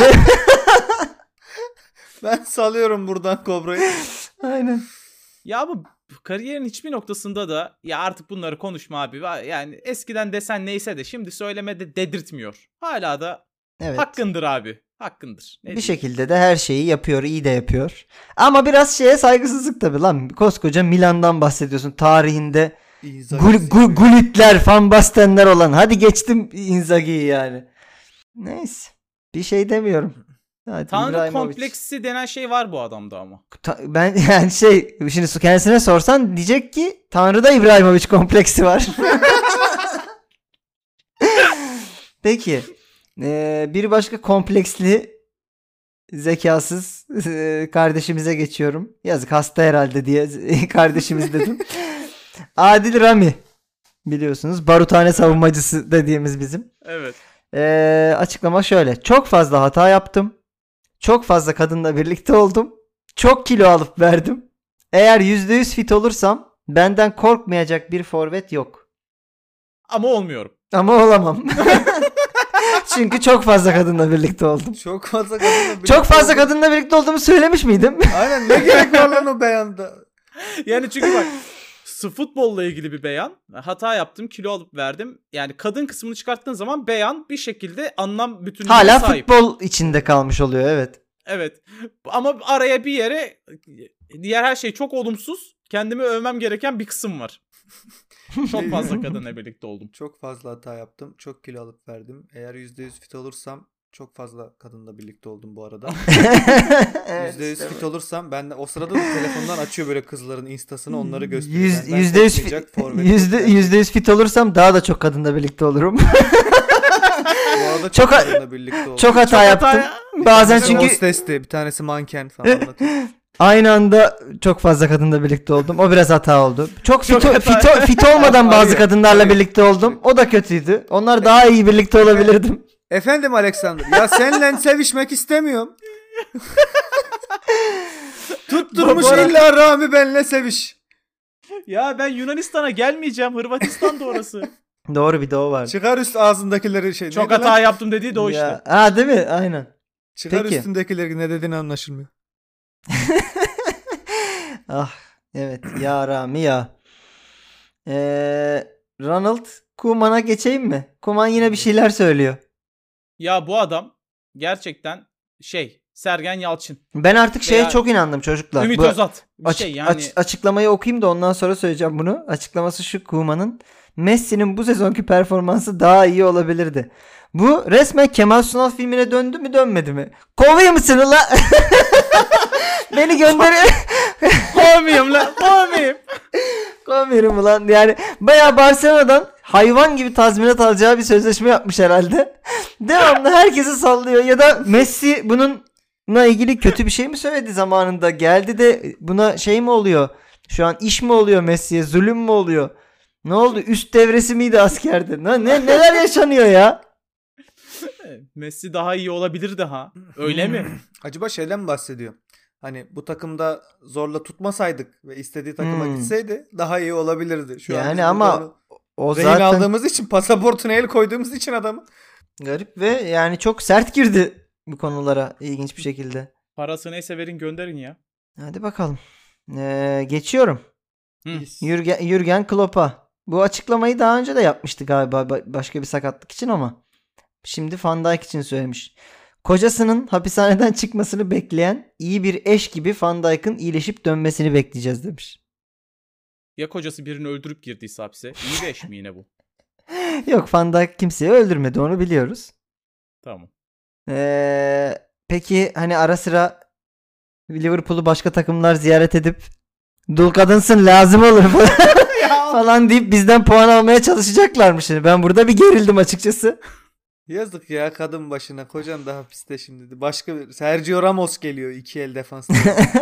Ben salıyorum buradan kobrayı. Aynen. Ya bu kariyerin hiçbir noktasında da ya artık bunları konuşma abi. Yani eskiden desen neyse de şimdi söylemede dedirtmiyor. Hala da Evet. hakkındır abi. Hakkındır. Ne Bir diyeyim? şekilde de her şeyi yapıyor, iyi de yapıyor. Ama biraz şeye saygısızlık tabii lan. Koskoca Milan'dan bahsediyorsun. Tarihinde İnzaghi gul, gul, gulitler, Van Bastenler olan. Hadi geçtim Inzaghi'yi yani. Neyse. Bir şey demiyorum. Hadi Tanrı İbrahimovic. kompleksi denen şey var bu adamda ama. Ta- ben yani şey şimdi kendisine sorsan diyecek ki Tanrı'da İbrahimovic kompleksi var. Peki. Ee, bir başka kompleksli zekasız e, kardeşimize geçiyorum. Yazık hasta herhalde diye kardeşimiz dedim. Adil Rami. Biliyorsunuz baruthane savunmacısı dediğimiz bizim. Evet. Ee, açıklama şöyle. Çok fazla hata yaptım. Çok fazla kadınla birlikte oldum. Çok kilo alıp verdim. Eğer yüzde yüz fit olursam benden korkmayacak bir forvet yok. Ama olmuyorum. Ama olamam. Çünkü çok fazla kadınla birlikte oldum. Çok fazla kadınla birlikte Çok fazla oldum. kadınla birlikte olduğumu söylemiş miydim? Aynen, ne gerek var lan o beyanda? Yani çünkü bak Sırf futbolla ilgili bir beyan. Hata yaptım, kilo alıp verdim. Yani kadın kısmını çıkarttığın zaman beyan bir şekilde anlam bütünlüğüne Hala sahip. futbol içinde kalmış oluyor, evet. Evet. Ama araya bir yere diğer her şey çok olumsuz. Kendimi övmem gereken bir kısım var. Çok fazla kadınla birlikte oldum. Çok fazla hata yaptım. Çok kilo alıp verdim. Eğer yüzde yüz fit olursam çok fazla kadınla birlikte oldum bu arada. Evet, yüzde yüz işte fit bu. olursam ben de o sırada da telefondan açıyor böyle kızların instasını, onları gösteriyor. Yüz- Ben- ben yüzde yüz korkmayacak, fi- forvet yüzde- çok yani. yüzde yüz fit olursam daha da çok kadınla birlikte olurum. Bu arada çok, Çok ha- kadınla birlikte oldum. Çok hata Çok yaptım. hata Bazen Bir tanesi çünkü hostesti, bir tanesi manken falan anlatıyor. aynı anda çok fazla kadınla birlikte oldum. O biraz hata oldu. Çok Çok fit, hata. fit, fit olmadan bazı Arıyor, kadınlarla arıyor. birlikte oldum. O da kötüydü. Onlar daha iyi birlikte olabilirdim. Efendim Alexander, ya seninle sevişmek istemiyorum. Tutturmuş Bu arada- illa Rami benle seviş. Ya ben Yunanistan'a gelmeyeceğim. Hırvatistan da orası. Doğru, bir de o var. Çıkar üst ağzındakileri şey. Çok neydi hata lan? yaptım dediği de o işte. Ya, ha değil mi? Aynen. Çıkar Peki. üstündekileri, ne dediğini anlaşılmıyor. Ah evet ya Rami ya. Ee, Ronald Koeman'a geçeyim mi? Koeman yine bir şeyler söylüyor. Ya bu adam gerçekten şey Sergen Yalçın. Ben artık şeye Veya çok inandım çocuklar. Ümit Bu Özat. Bir açık- şey yani. aç- açıklamayı okuyayım da ondan sonra söyleyeceğim bunu. Açıklaması şu Koeman'ın: Messi'nin bu sezonki performansı daha iyi olabilirdi. Bu resmen Kemal Sunal filmine döndü mü dönmedi mi? Kovuyor musun la? Beni gönder. Kovmayayım lan. Kovmayayım. Kovmuyorum ulan. Yani bayağı Barcelona'dan hayvan gibi tazminat alacağı bir sözleşme yapmış herhalde. Devamlı herkesi sallıyor. Ya da Messi bununla ilgili kötü bir şey mi söyledi zamanında? Geldi de buna şey mi oluyor? Şu an iş mi oluyor Messi'ye? Zulüm mü oluyor? Ne oldu? Üst devresi miydi askerde? Ne, ne neler yaşanıyor ya? Messi daha iyi olabilirdi ha. Öyle mi? Acaba şeyden mi bahsediyor? Hani bu takımda zorla tutmasaydık ve istediği takıma Hmm. gitseydi daha iyi olabilirdi. Şu an Yani biz ama burada o rehin zaten aldığımız için, pasaportuna el koyduğumuz için adamı. garip ve yani çok sert girdi bu konulara ilginç bir şekilde. Parası neyse verin gönderin ya. Hadi bakalım. Ee, geçiyorum. Hı. Jürgen, Jürgen Klopp'a. Bu açıklamayı daha önce de yapmıştı galiba ba- başka bir sakatlık için ama şimdi Van Dijk için söylemiş. Kocasının hapishaneden çıkmasını bekleyen iyi bir eş gibi Van Dijk'ın iyileşip dönmesini bekleyeceğiz demiş. Ya kocası birini öldürüp girdiyse hapse. İyi bir eş mi yine bu? Yok, Van Dijk kimseyi öldürmedi, onu biliyoruz. Tamam. Ee, peki hani ara sıra Liverpool'u başka takımlar ziyaret edip dul kadınsın lazım olur falan, falan deyip bizden puan almaya çalışacaklar mı şimdi? Ben burada bir gerildim açıkçası. Yazık ya kadın başına. Kocan da hapiste şimdi. Başka bir Sergio Ramos geliyor iki el defansta.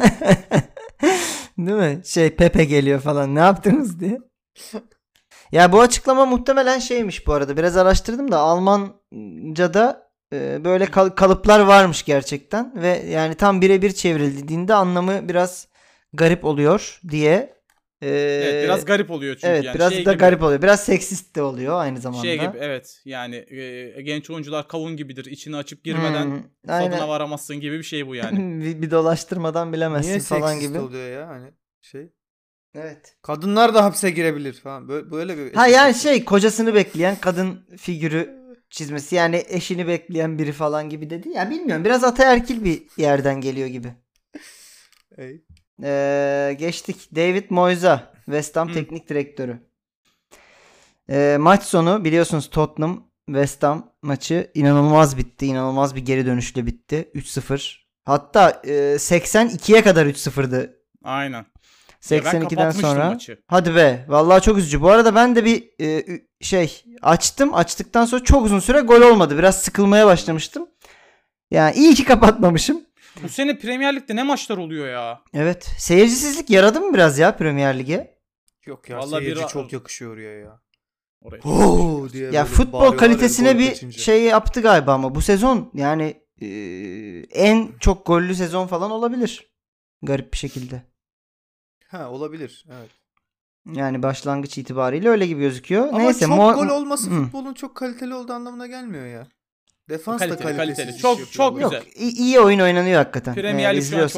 Değil mi? Şey Pepe geliyor falan. Ne yaptınız diye. Ya bu açıklama muhtemelen şeymiş bu arada. Biraz araştırdım da Almanca'da e, böyle kal- kalıplar varmış gerçekten ve yani tam birebir çevrildiğinde anlamı biraz garip oluyor diye. e, Evet biraz garip oluyor çünkü. Evet yani biraz şey da gibi, garip oluyor. Biraz seksist de oluyor aynı zamanda. Şey gibi evet yani e, genç oyuncular kavun gibidir. İçini açıp girmeden Hmm, tadına aynen. varamazsın gibi bir şey bu yani. bir, bir dolaştırmadan bilemezsin Niye falan seksist gibi. oluyor ya hani şey. Evet. Kadınlar da hapse girebilir falan. Böyle, böyle bir Ha yani şey kocasını bekleyen kadın figürü çizmesi, yani eşini bekleyen biri falan gibi dedi. Ya bilmiyorum, biraz ataerkil bir yerden geliyor gibi. Ey. Ee, geçtik. David Moyes'a, West Ham Hı. teknik direktörü. Ee, maç sonu biliyorsunuz Tottenham West Ham maçı inanılmaz bitti. İnanılmaz bir geri dönüşle bitti. üç sıfır. Hatta e, seksen ikiye kadar üç sıfırdı. Aynen. seksen ikiden kapatmıştım sonra. maçı. Hadi be. Vallahi çok üzücü. Bu arada ben de bir e, ü- şey açtım. Açtıktan sonra çok uzun süre gol olmadı. Biraz sıkılmaya başlamıştım. Yani iyi ki kapatmamışım. Bu sene Premier Lig'de ne maçlar oluyor ya? Evet. Seyircisizlik yaradı mı biraz ya Premier Lig'e? Yok ya, Vallahi seyirci bir- çok yakışıyor oraya ya. Oraya. Oo diye Ya böyle futbol bağırıyorlar ya kalitesine gol bir kaçınca. şey yaptı galiba ama bu sezon yani e, en çok gollü sezon falan olabilir. Garip bir şekilde. Ha olabilir. Evet. Yani başlangıç itibariyle öyle gibi gözüküyor. Ama Neyse. çok Mo- gol olması Hı. futbolun çok kaliteli olduğu anlamına gelmiyor ya. Defans Kaliteli, da kalitesiz kaliteli. iş Çok- yapıyor. çok Yok, güzel. iyi, iyi oyun oynanıyor hakikaten. Premier Eğer Lig şu an izliyorsan. çok iyi.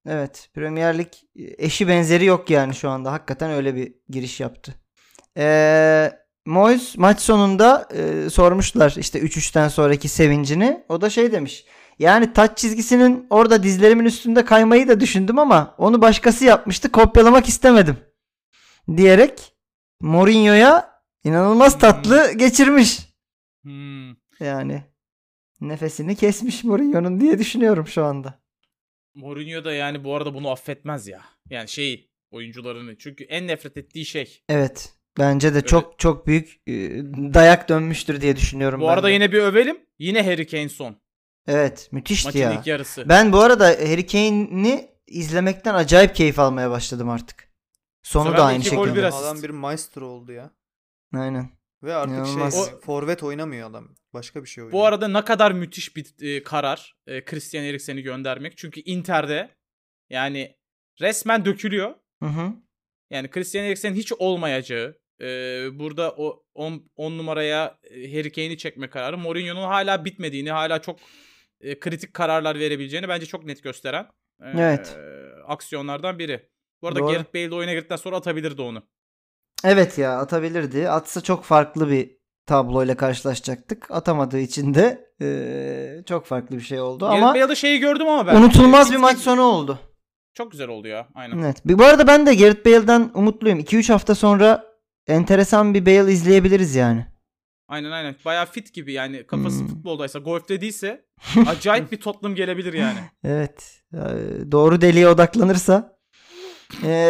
Evet. Premier Lig eşi benzeri yok yani şu anda. Hakikaten öyle bir giriş yaptı. Ee, Moyes maç sonunda e, sormuşlar işte üç üçten sonraki sevincini. O da şey demiş. Yani taç çizgisinin orada dizlerimin üstünde kaymayı da düşündüm ama onu başkası yapmıştı. Kopyalamak istemedim. Diyerek Mourinho'ya inanılmaz tatlı hmm. geçirmiş. Hmm. Yani nefesini kesmiş Mourinho'nun diye düşünüyorum şu anda. Mourinho da yani bu arada bunu affetmez ya. Yani şey oyuncularını. Çünkü en nefret ettiği şey. Evet. Bence de Öyle. çok çok büyük e, dayak dönmüştür diye düşünüyorum. Bu ben arada de. yine bir övelim. Yine Harry Kane son. Evet. Müthişti Maçın ya. ilk yarısı. Ben bu arada Harry Kane'i izlemekten acayip keyif almaya başladım artık. Sonu Sefer da de aynı iki gol, şekilde. bir asist. Adam bir maestro oldu ya. Aynen. Ve artık İnanılmaz. şey O- forvet oynamıyor adam. Başka bir şey oynuyor. Bu arada ne kadar müthiş bir e, karar e, Christian Eriksen'i göndermek. Çünkü Inter'de yani resmen dökülüyor. Hı hı. Yani Christian Eriksen'in hiç olmayacağı e, burada o on numaraya e, Harry Kane'i çekme kararı Mourinho'nun hala bitmediğini, hala çok e, kritik kararlar verebileceğini bence çok net gösteren e, Evet. aksiyonlardan biri. Bu arada Doğru. Gareth Bale de oyuna girdikten sonra atabilirdi onu. Evet ya, atabilirdi. Atsa çok farklı bir tabloyla karşılaşacaktık. Atamadığı için de e, çok farklı bir şey oldu. Gareth Ama Bale'da şeyi gördüm ama ben. unutulmaz E, bir maç City- sonu oldu. Çok güzel oldu ya. Aynen. Evet. Bu arada ben de Gareth Bale'den umutluyum. iki üç hafta sonra enteresan bir Bale izleyebiliriz yani. Aynen aynen. Bayağı fit gibi yani. Kafası Hmm. futboldaysa, golfte değilse acayip bir Tottenham gelebilir yani. Evet. Ee, Doğru deliğe odaklanırsa. Ee,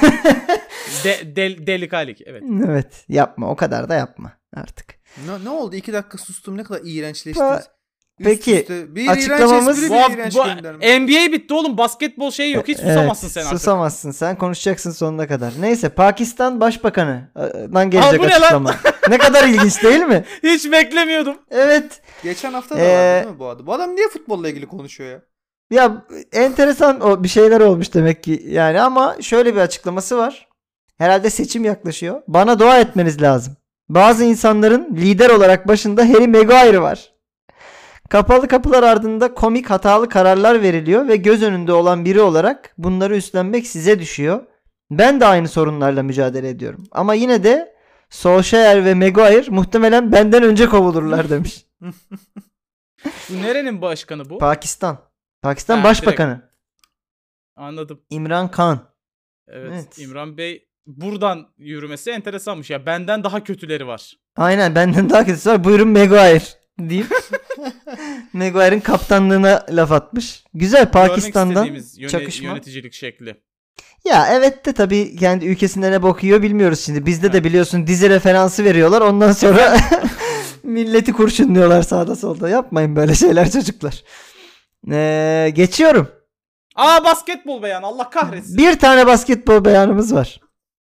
De, del, delikalik evet. evet. Yapma. O kadar da yapma artık. Ne, ne oldu? İki dakika sustum. Ne kadar iğrençleşti. Pa- Üst Peki, üste. Bir açıklamamız- iğrenç espri, Bu, bir hafta- iğrenç bu gönderme. N B A bitti oğlum. Basketbol şeyi yok. Hiç susamazsın Evet, sen artık. Susamazsın sen. Konuşacaksın sonuna kadar. Neyse, Pakistan Başbakanı'dan gelecek Aa, bu ne lan? açıklama. Ne kadar ilginç değil mi? Hiç beklemiyordum. Evet. Geçen hafta da Ee, vardı değil mi bu adam? Bu adam niye futbolla ilgili konuşuyor ya? Ya enteresan o bir şeyler olmuş demek ki yani, ama şöyle bir açıklaması var. Herhalde seçim yaklaşıyor. Bana dua etmeniz lazım. Bazı insanların lider olarak başında Harry Maguire var. Kapalı kapılar ardında komik hatalı kararlar veriliyor ve göz önünde olan biri olarak bunları üstlenmek size düşüyor. Ben de aynı sorunlarla mücadele ediyorum. Ama yine de Solskjaer ve Maguire muhtemelen benden önce kovulurlar demiş. Bu nerenin başkanı bu? Pakistan. Pakistan Ha, Başbakanı. Anladım. İmran Khan. Evet, Evet. İmran Bey buradan yürümesi enteresanmış ya. Benden daha kötüleri var. Aynen, benden daha kötüsü var. Buyurun Maguire deyip Maguire'ın kaptanlığına laf atmış. Güzel, Pakistan'dan Görmek istediğimiz yöne- çakışma. yöneticilik şekli. Ya evet de tabii kendi ülkesinde ne bok yiyor bilmiyoruz şimdi. Bizde de biliyorsun dizi referansı veriyorlar. Ondan sonra milleti kurşunluyorlar sağda solda. Yapmayın böyle şeyler çocuklar. Ee, geçiyorum. Aa, basketbol beyan, Allah kahretsin. Bir tane basketbol beyanımız var.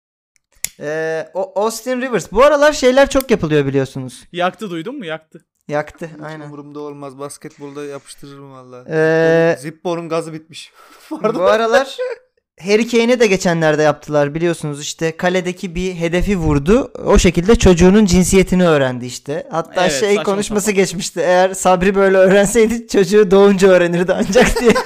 Ee, o Austin Rivers. Bu aralar şeyler çok yapılıyor biliyorsunuz. Yaktı, duydun mu? Yaktı. Yaktı. Hiç Aynen. umurumda olmaz. Basketbolda yapıştırırım valla. Ee, Zippor'un gazı bitmiş. Bu aralar Harry Kane'e de geçenlerde yaptılar biliyorsunuz, işte kaledeki bir hedefi vurdu. O şekilde çocuğunun cinsiyetini öğrendi işte. Hatta Evet, şey saçma konuşması sapan. geçmişti. Eğer Sabri böyle öğrenseydi çocuğu doğunca öğrenirdi ancak diye.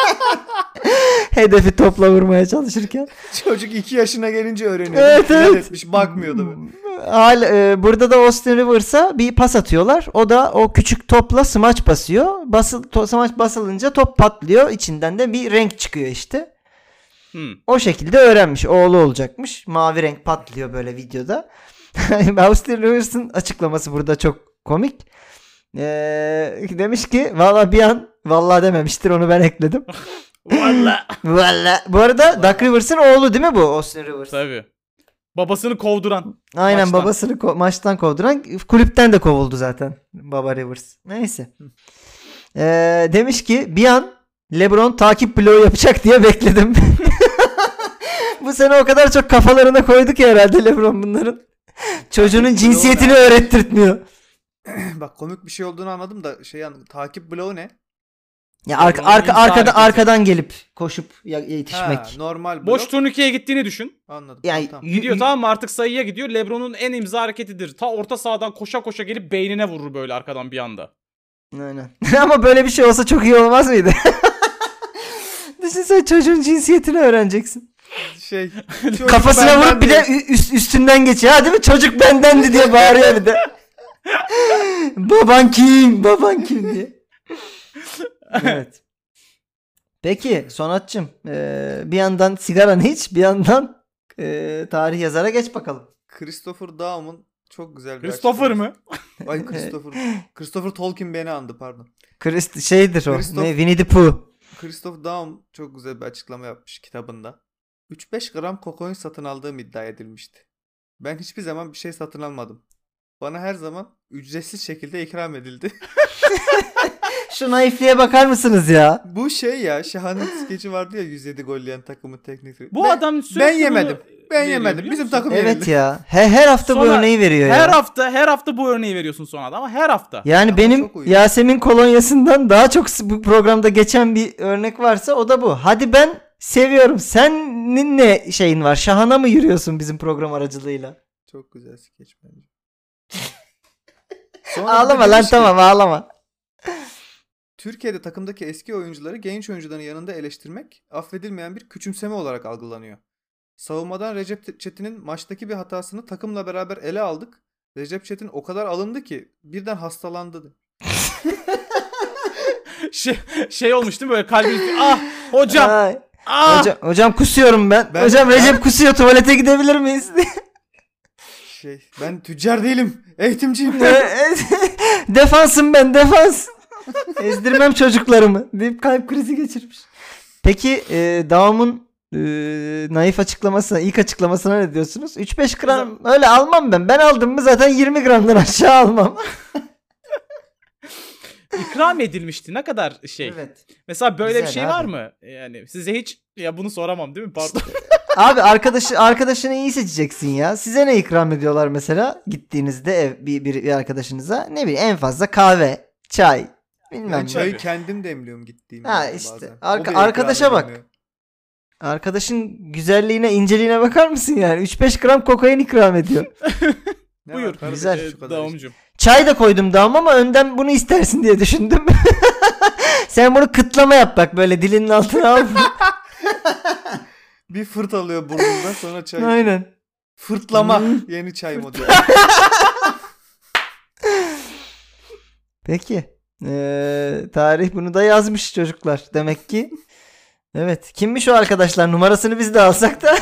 Hedefi topla vurmaya çalışırken. Çocuk iki yaşına gelince öğreniyor. Evet, İnat evet. etmiş, bakmıyor da böyle. Hal, e, burada da Austin Rivers'a bir pas atıyorlar. O da o küçük topla smaç basıyor. Basıl, to, smaç basılınca top patlıyor. İçinden de bir renk çıkıyor işte. Hmm. O şekilde öğrenmiş. Oğlu olacakmış. Mavi renk patlıyor böyle videoda. Austin Rivers'ın açıklaması burada çok komik. Ee, demiş ki valla bir an valla dememiştir, onu ben ekledim. Valla. Valla. Bu arada Doug Rivers'ın oğlu değil mi bu Austin Rivers? Tabii. Babasını kovduran. Aynen, maçtan. babasını ko- maçtan kovduran, kulüpten de kovuldu zaten baba Rivers. Neyse. Ee, demiş ki bir an LeBron takip bloğu yapacak diye bekledim. Bu sene o kadar çok kafalarına koydu ki herhalde LeBron bunların. Çocuğunun Takip cinsiyetini bloğu ne? öğrettirtmiyor. Bak, komik bir şey olduğunu anladım da şey yani, takip bloğu ne? Ya arka, LeBron'un arka imza arkada hareketi. arkadan gelip koşup ya- yetişmek. Ha, normal blok. Boş turnikeye gittiğini düşün. Anladım. Yani Tamam. y- Gidiyor y- tamam mı, artık sayıya gidiyor. LeBron'un en imza hareketidir. Ta orta sahadan koşa koşa gelip beynine vurur böyle arkadan bir anda. Aynen. Ama böyle bir şey olsa çok iyi olmaz mıydı? Düşünsene çocuğun cinsiyetini öğreneceksin. Şey. Kafasına benden vurup bir diye. de üst, üstünden geçiyor. Ha değil mi? Çocuk bendendi diye bağırıyor bir de. Baban kim? Baban kim diye. Evet. Peki Sonatçım. Ee, bir yandan sigaranı iç, bir yandan e, tarih yazara geç bakalım. Christopher Daum'un çok güzel bir Christopher açıklaması. mı? Ay Christopher. Christopher Tolkien beni andı pardon. Christ şeydir o. Christoph- Ne? Winnie the Pooh. Christopher Daum çok güzel bir açıklama yapmış kitabında. üç beş gram kokain satın aldığım iddia edilmişti. Ben hiçbir zaman bir şey satın almadım. Bana her zaman ücretsiz şekilde ikram edildi. Şu naifliğe bakar mısınız ya? Bu şey ya Şahan'ın skeci vardı ya yüz yedi gol yiyen takımın teknik. Bu ben, adam sürekli ben bunu yemedim. Ben veriyor, yemedim. biliyor Bizim musun? takım Evet yenildi. ya. He, her hafta bu Sonra örneği veriyor Her ya. hafta her hafta bu örneği veriyorsun sonra ama her hafta. Yani Ama benim çok uyuyor. Yasemin kolonyasından daha çok bu programda geçen bir örnek varsa o da bu. Hadi ben seviyorum. Senin ne şeyin var? Şahan'a mı yürüyorsun bizim program aracılığıyla? Çok güzel skeç bence. Sonra bir de Ağlama lan demiş ki, tamam ağlama. Türkiye'de takımdaki eski oyuncuları genç oyuncuların yanında eleştirmek affedilmeyen bir küçümseme olarak algılanıyor. Savunmadan Recep Çetin'in maçtaki bir hatasını takımla beraber ele aldık. Recep Çetin o kadar alındı ki birden hastalandı. şey, şey olmuş değil mi böyle kalbimiz ah hocam Ay. ah Hocam, hocam kusuyorum ben. Ben- hocam ben- Recep kusuyor, tuvalete gidebilir miyiz? Şey, ben tüccar değilim, eğitimciyim. Defansım ben, defans. Ezdirmem çocuklarımı deyip kalp krizi geçirmiş. Peki e, Daum'un e, naif açıklamasına, ilk açıklamasına ne diyorsunuz? üç beş gram öyle almam ben. Ben aldım mı zaten yirmi gramdan aşağı almam. ikram edilmişti ne kadar şey. Evet. Mesela böyle Güzel bir şey abi. var mı? Yani size hiç ya bunu soramam değil mi? Pardon. Abi arkadaşı arkadaşını iyi seçeceksin ya. Size ne ikram ediyorlar mesela gittiğinizde ev bir, bir, bir arkadaşınıza? Ne bileyim en fazla kahve, çay, bilmem Ben ne. çayı Tabii. kendim demliyorum gittiğimde. Ha, bazen. işte. O Arka- bile arkadaşa ikram bak. edilmiyor. Arkadaşın güzelliğine, inceliğine bakar mısın yani? üç beş gram kokain ikram ediyor. Ne Buyur. var kardeşim, Güzel. şu kadar işte. Davumcum. Çay da koydum dağım ama önden bunu istersin diye düşündüm. Sen bunu kıtlama yap bak, böyle dilinin altına al. Bir fırt alıyor burnundan sonra çay. Aynen. Fırtlama. Hmm. Yeni çay modeli. Peki. Ee, tarih bunu da yazmış çocuklar. Demek ki. Evet. Kimmiş o arkadaşlar? Numarasını biz de alsak da.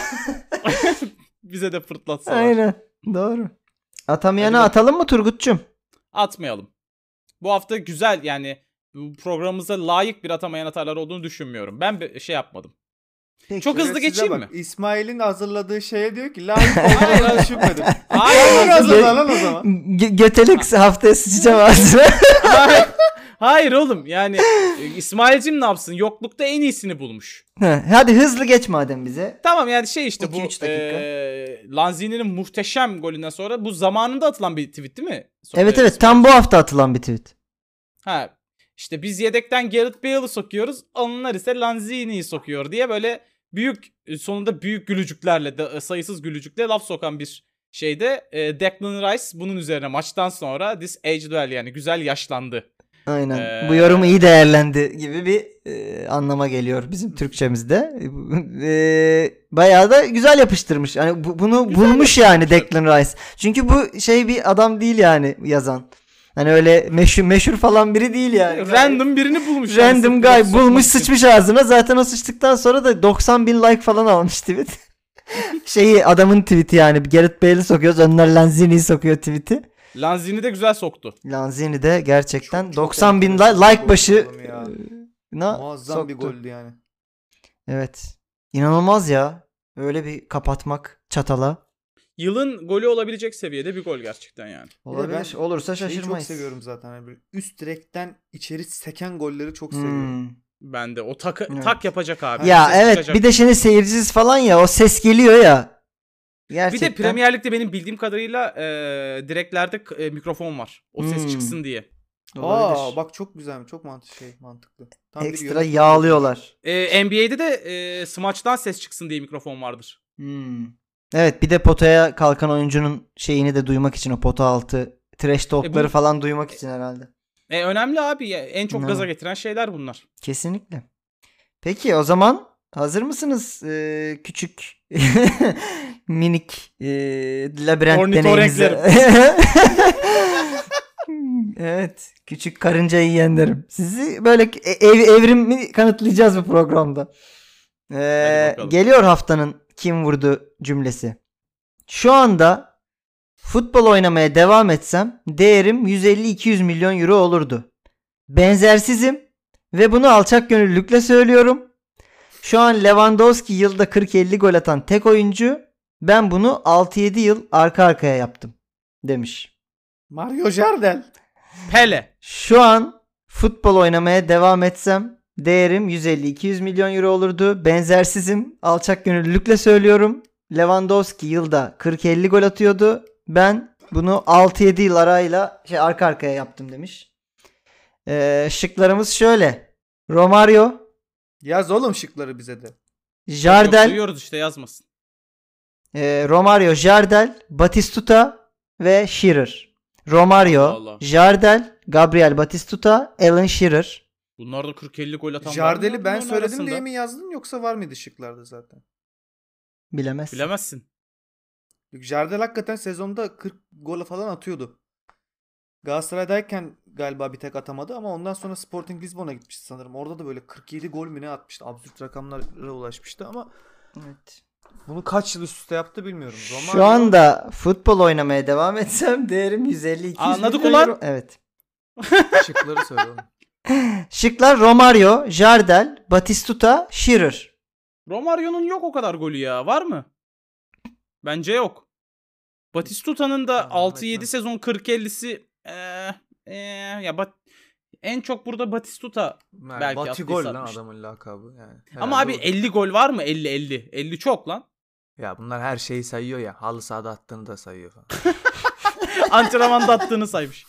Bize de fırtlatsalar. Aynen. Doğru. Atamayana Hadi atalım mı Turgut'cum? Atmayalım. Bu hafta güzel yani bu programımıza layık bir atamayan atarlar olduğunu düşünmüyorum. Ben bir şey yapmadım. Peki. Çok hızlı Şerefsize geçeyim bak, mi? İsmail'in hazırladığı şeye diyor ki layık olduğunu düşünmedim. Hayır. Hayır hazırlan lan o zaman. Ge- götelek haftaya sıçacağım ağzına. Hayır. Hayır oğlum yani e, İsmail'cim ne yapsın? Yoklukta en iyisini bulmuş. Hadi hızlı geç madem bize. Tamam yani şey işte bu iki üç dakika. e, Lanzini'nin muhteşem golünden sonra bu zamanında atılan bir tweet değil mi? So- Evet e, evet, tam bu hafta atılan bir tweet. Ha işte biz yedekten Gareth Bale'ı sokuyoruz. Onlar ise Lanzini'yi sokuyor diye böyle büyük sonunda büyük gülücüklerle de, sayısız gülücükle laf sokan bir şeyde e, Declan Rice bunun üzerine maçtan sonra this age well yani güzel yaşlandı. Aynen. Ee, Bu yorum iyi değerlendi gibi bir e, anlama geliyor bizim Türkçemizde. E, bayağı da güzel yapıştırmış. Yani bu, bunu Güzel bulmuş yani yapıştırmış. Declan Rice. Çünkü bu şey bir adam değil yani yazan. Hani öyle meşhur meşhur falan biri değil yani. Random birini bulmuş. yani Random sırf laf guy sokmak bulmuş için. sıçmış ağzına. Zaten o sıçtıktan sonra da doksan bin like falan almış tweet. Şeyi adamın tweeti yani. Gareth Bale'i sokuyoruz. Onlar Lanzini'yi sokuyor tweeti. Lanzini de güzel soktu. Lanzini de gerçekten Çok- çok doksan bin enteresan like, bir like gol başı oğlum ya. e, na- Muazzam bir soktu. goldü yani. Evet. İnanılmaz ya. Öyle bir kapatmak çatala. Yılın golü olabilecek seviyede bir gol gerçekten yani. Olabilir. ben Olursa Şeyi çok şaşırmayız. seviyorum zaten. Hani böyle üst direkten içeri seken golleri çok seviyorum. Hmm. Ben de o tak, Evet. tak yapacak abi. Ya Ses evet, çıkacak. bir de şimdi seyircisiz falan ya, o ses geliyor ya. Bir Gerçekten. de Premier Lig'de benim bildiğim kadarıyla e, direklerde k- e, mikrofon var. O ses Hmm. çıksın diye. Olabilir. Aa bak çok güzel, çok mantıklı şey, mantıklı. Tam bir Ekstra yönetim yağlıyorlar. E, N B A'de de e, smaçtan ses çıksın diye mikrofon vardır. Hmm. Evet, bir de potaya kalkan oyuncunun şeyini de duymak için, o pota altı trash talk'ları bu- falan duymak için herhalde. E, önemli abi ya. En çok Ne? gaza getiren şeyler bunlar. Kesinlikle. Peki o zaman hazır mısınız? Ee, küçük minik e, labirent deneyimize. Ornitorenklerim. Evet. Küçük karıncayı yiyenlerim. Sizi böyle e- ev, evrimi kanıtlayacağız bu programda. Ee, bakalım. geliyor haftanın kim vurdu cümlesi. Şu anda futbol oynamaya devam etsem değerim yüz elli iki yüz milyon euro olurdu. Benzersizim ve bunu alçak gönüllülükle söylüyorum. Şu an Lewandowski yılda kırk elli gol atan tek oyuncu. Ben bunu altı yedi yıl arka arkaya yaptım demiş. Mario Jardel. Pele. Şu an futbol oynamaya devam etsem değerim yüz elli iki yüz milyon euro olurdu. Benzersizim, alçak gönüllülükle söylüyorum. Lewandowski yılda kırk elli gol atıyordu. Ben bunu altı yedi yıl arayla şey arka arkaya yaptım demiş. Ee, şıklarımız şöyle. Romario, Yaz oğlum şıkları bize de. Yok, Jardel, duyuyoruz işte, yazmasın. e, Romario, Jardel, Batistuta ve Shearer. Romario, Allah Allah. Jardel, Gabriel Batistuta, Alan Shearer. Bunlar da kırk elli gol atan var mı Jardel'i ben bunların söyledim arasında? diye mi yazdın yoksa var mıydı şıklarda zaten? Bilemez. Bilemezsin. Jardel hakikaten sezonda kırk gol falan atıyordu. Galatasaray'dayken galiba bir tek atamadı ama ondan sonra Sporting Lisbon'a gitmişti sanırım. Orada da böyle kırk yedi gol mü ne atmıştı. Absürt rakamlara ulaşmıştı ama Evet. bunu kaç yıl üst üste yaptı bilmiyorum. Romario... Şu anda futbol oynamaya devam etsem değerim yüz elli iki yüz Anladık milyon ulan. euro. Evet. Şıkları söyle oğlum. Şıklar Romario, Jardel, Batistuta, Shearer. Romario'nun yok o kadar golü ya. Var mı? Bence yok. Batistuta'nın da Anladım, altı yedi etmem. sezon kırk ellisi ee, ee, ya bat, en çok burada Batistuta Yani belki Batigol attıysa lan atmıştır. adamın lakabı yani. Ama Herhalde abi odur. elli gol var mı? elli elli. elli çok lan. Ya bunlar her şeyi sayıyor ya. Halı sahada attığını da sayıyor falan. Antrenmanda attığını saymış.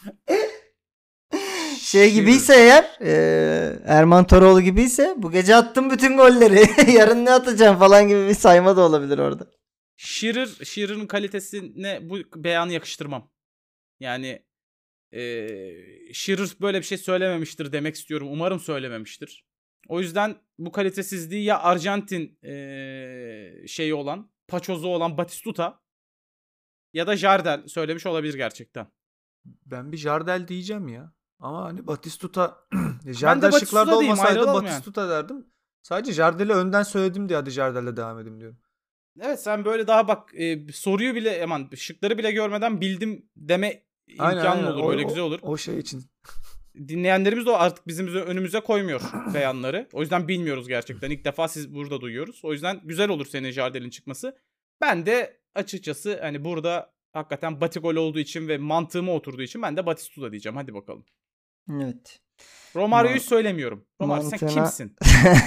Şey gibiyse eğer e, Erman Toroğlu gibiyse bu gece attım bütün golleri. Yarın ne atacağım falan gibi bir sayma da olabilir orada. Shearer, Shearer'ın kalitesine bu beyanı yakıştırmam. Yani eee Shearer böyle bir şey söylememiştir demek istiyorum. Umarım söylememiştir. O yüzden bu kalitesizliği ya Arjantin eee şeyi olan, paçozu olan Batistuta ya da Jardel söylemiş olabilir gerçekten. Ben bir Jardel diyeceğim ya. Ama hani Batistuta Jardel Batistuta şıklarda diyeyim, olmasaydı ayrılalım Batistuta derdim. Sadece Jardel'i önden söyledim diye hadi Jardel'le devam edeyim diyorum. Evet, sen böyle daha bak e, soruyu bile aman şıkları bile görmeden bildim deme imkanın olur. O- Böyle o- güzel olur. O şey için. Dinleyenlerimiz de artık bizim önümüze koymuyor beyanları. O yüzden bilmiyoruz gerçekten. İlk defa siz burada duyuyoruz. O yüzden güzel olur senin Jardel'in çıkması. Ben de açıkçası hani burada hakikaten Batigol olduğu için ve mantığıma oturduğu için ben de Batistuta diyeceğim. Hadi bakalım. Evet. Romario'yu Ma- söylemiyorum. Romario sen mantığına- kimsin?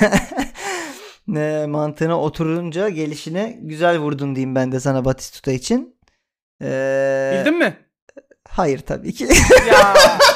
ne mantığına oturunca gelişine güzel vurdun diyeyim ben de sana Batistuta için. Ee, Bildin mi? Hayır tabii ki. Ya.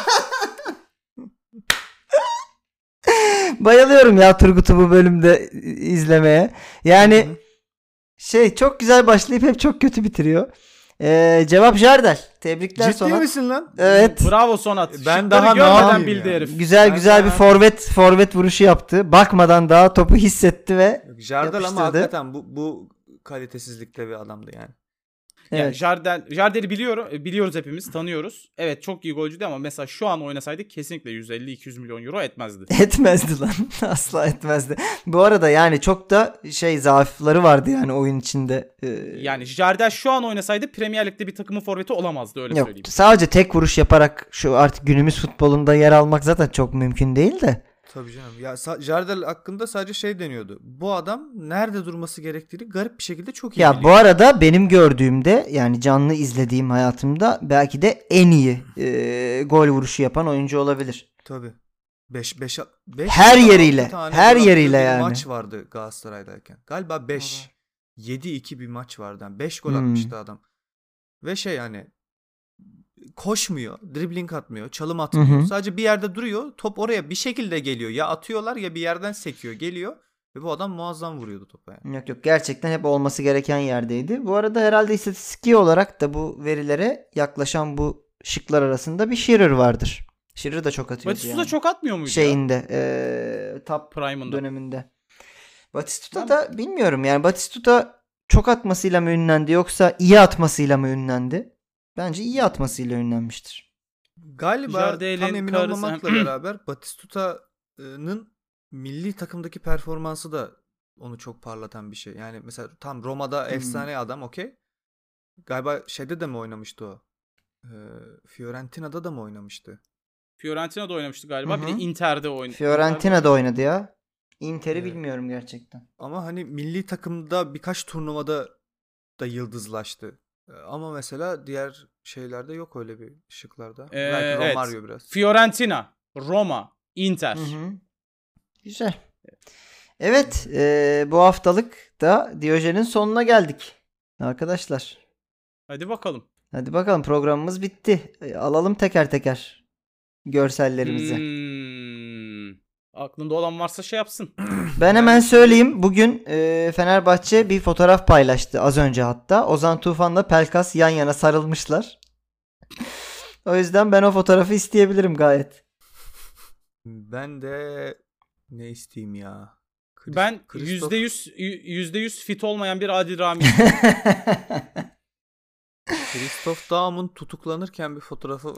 Bayılıyorum ya Turgut'u bu bölümde izlemeye. Yani Hı hı. şey çok güzel başlayıp hep çok kötü bitiriyor. Ee, cevap Jardel. Tebrikler Ciddi Sonat. misin lan? Evet. Bravo Sonat. Ben Şıkları daha ne görmeden yapayım bildi ya? herif. Güzel Ben güzel bir sana- forvet forvet vuruşu yaptı. Bakmadan daha topu hissetti ve Jardel ama yapıştırdı. hakikaten bu, bu kalitesizlikte bir adamdı yani. Yani evet. Jardel, Jardel'i biliyorum, biliyoruz hepimiz, tanıyoruz. Evet, çok iyi golcüydü ama mesela şu an oynasaydı kesinlikle yüz elli iki yüz milyon euro etmezdi. Etmezdi lan. Asla etmezdi. Bu arada yani çok da şey zaafları vardı yani oyun içinde. Ee, Yani Jardel şu an oynasaydı Premier Lig'de bir takımın forveti olamazdı, öyle yok, söyleyeyim. sadece tek vuruş yaparak şu artık günümüz futbolunda yer almak zaten çok mümkün değil de. Tabii canım. Ya sa- Jardel hakkında sadece şey deniyordu. Bu adam nerede durması gerektiğini garip bir şekilde çok iyi Ya biliyor. bu arada benim gördüğümde yani canlı izlediğim hayatımda belki de en iyi e, gol vuruşu yapan oyuncu olabilir. Tabii. beş beş beş Her yeriyle, her yeriyle yani. Maç vardı Galatasaray'dayken. Galiba beş yedi iki bir maç vardı. Yani beş gol Hmm. atmıştı adam. Ve şey yani koşmuyor, dribbling atmıyor, çalım atmıyor. Hı hı. Sadece bir yerde duruyor. Top oraya bir şekilde geliyor. Ya atıyorlar ya bir yerden sekiyor, geliyor. Ve bu adam muazzam vuruyordu topa yani. Yok yok gerçekten hep olması gereken yerdeydi. Bu arada herhalde istatistiki olarak da bu verilere yaklaşan bu şıklar arasında bir Shearer vardır. Shearer da çok atıyordu Batistuta yani. çok atmıyor muydu ya? Şeyinde e, top Prime'ında. döneminde. Batistuta da bilmiyorum yani Batistuta çok atmasıyla mı ünlendi yoksa iyi atmasıyla mı ünlendi? Bence iyi atmasıyla ünlenmiştir. Galiba Jardel'in tam emin karısı- olmamakla beraber Batistuta'nın milli takımdaki performansı da onu çok parlatan bir şey. Yani mesela tam Roma'da Hmm. efsane adam okey. Galiba şeyde de mi oynamıştı o? Ee, Fiorentina'da da mı oynamıştı? Fiorentina'da oynamıştı galiba. Hı Bir de hı. Inter'de oynadı. Fiorentina'da oynadı ya. Inter'i Evet. bilmiyorum gerçekten. Ama hani milli takımda birkaç turnuvada da yıldızlaştı. Ee, Ama mesela diğer şeylerde yok öyle bir şıklarda. Ee, Belki evet. Romario biraz. Fiorentina, Roma, Inter. Hı hı. Güzel. Evet, e, bu haftalık da Diyojen'in sonuna geldik. Arkadaşlar, Hadi bakalım. hadi bakalım programımız bitti. E, alalım teker teker görsellerimizi. Hmm. Aklında olan varsa şey yapsın. Ben hemen söyleyeyim. Bugün e, Fenerbahçe bir fotoğraf paylaştı az önce hatta. Ozan Tufan'la Pelkas yan yana sarılmışlar. O yüzden ben o fotoğrafı isteyebilirim gayet. Ben de ne isteyeyim ya? Chris- Ben Christoph- yüzde yüz yüzde yüz fit olmayan bir Adil Rami. Christoph Daum'un tutuklanırken bir fotoğrafı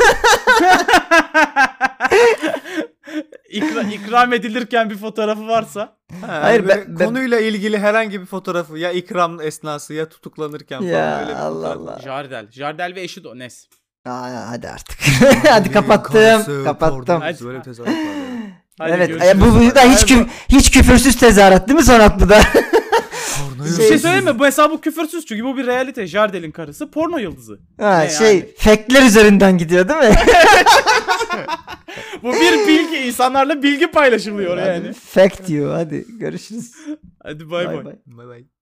İkra, ikram edilirken bir fotoğrafı varsa. Ha, Hayır, böyle ben- ben- konuyla ilgili herhangi bir fotoğrafı ya ikram esnası ya tutuklanırken falan Ya öyle bir Allah fotoğraf. Allah. Jardel. Jardel ve eşi de o. Neyse. Aa, hadi artık. Hadi kapattım. Kapattım. Hadi. Böyle bir tezahürat var yani. Hadi Evet, görüşürüz. e, bu, bu da hiç kü- hiç küfürsüz tezahürat değil mi Sonatlı'da? Porno Bir Şey- şey yıldızı. söyleyeyim mi? Bu hesap bu küfürsüz çünkü bu bir realite. Jardel'in karısı porno yıldızı. ha, Ne şey, yani? fake'ler üzerinden gidiyor değil mi? Bu bir bilgi. İnsanlarla bilgi paylaşılıyor yani. Fact diyor. Hadi görüşürüz. Hadi bay Bay bay. bay. Bay bay.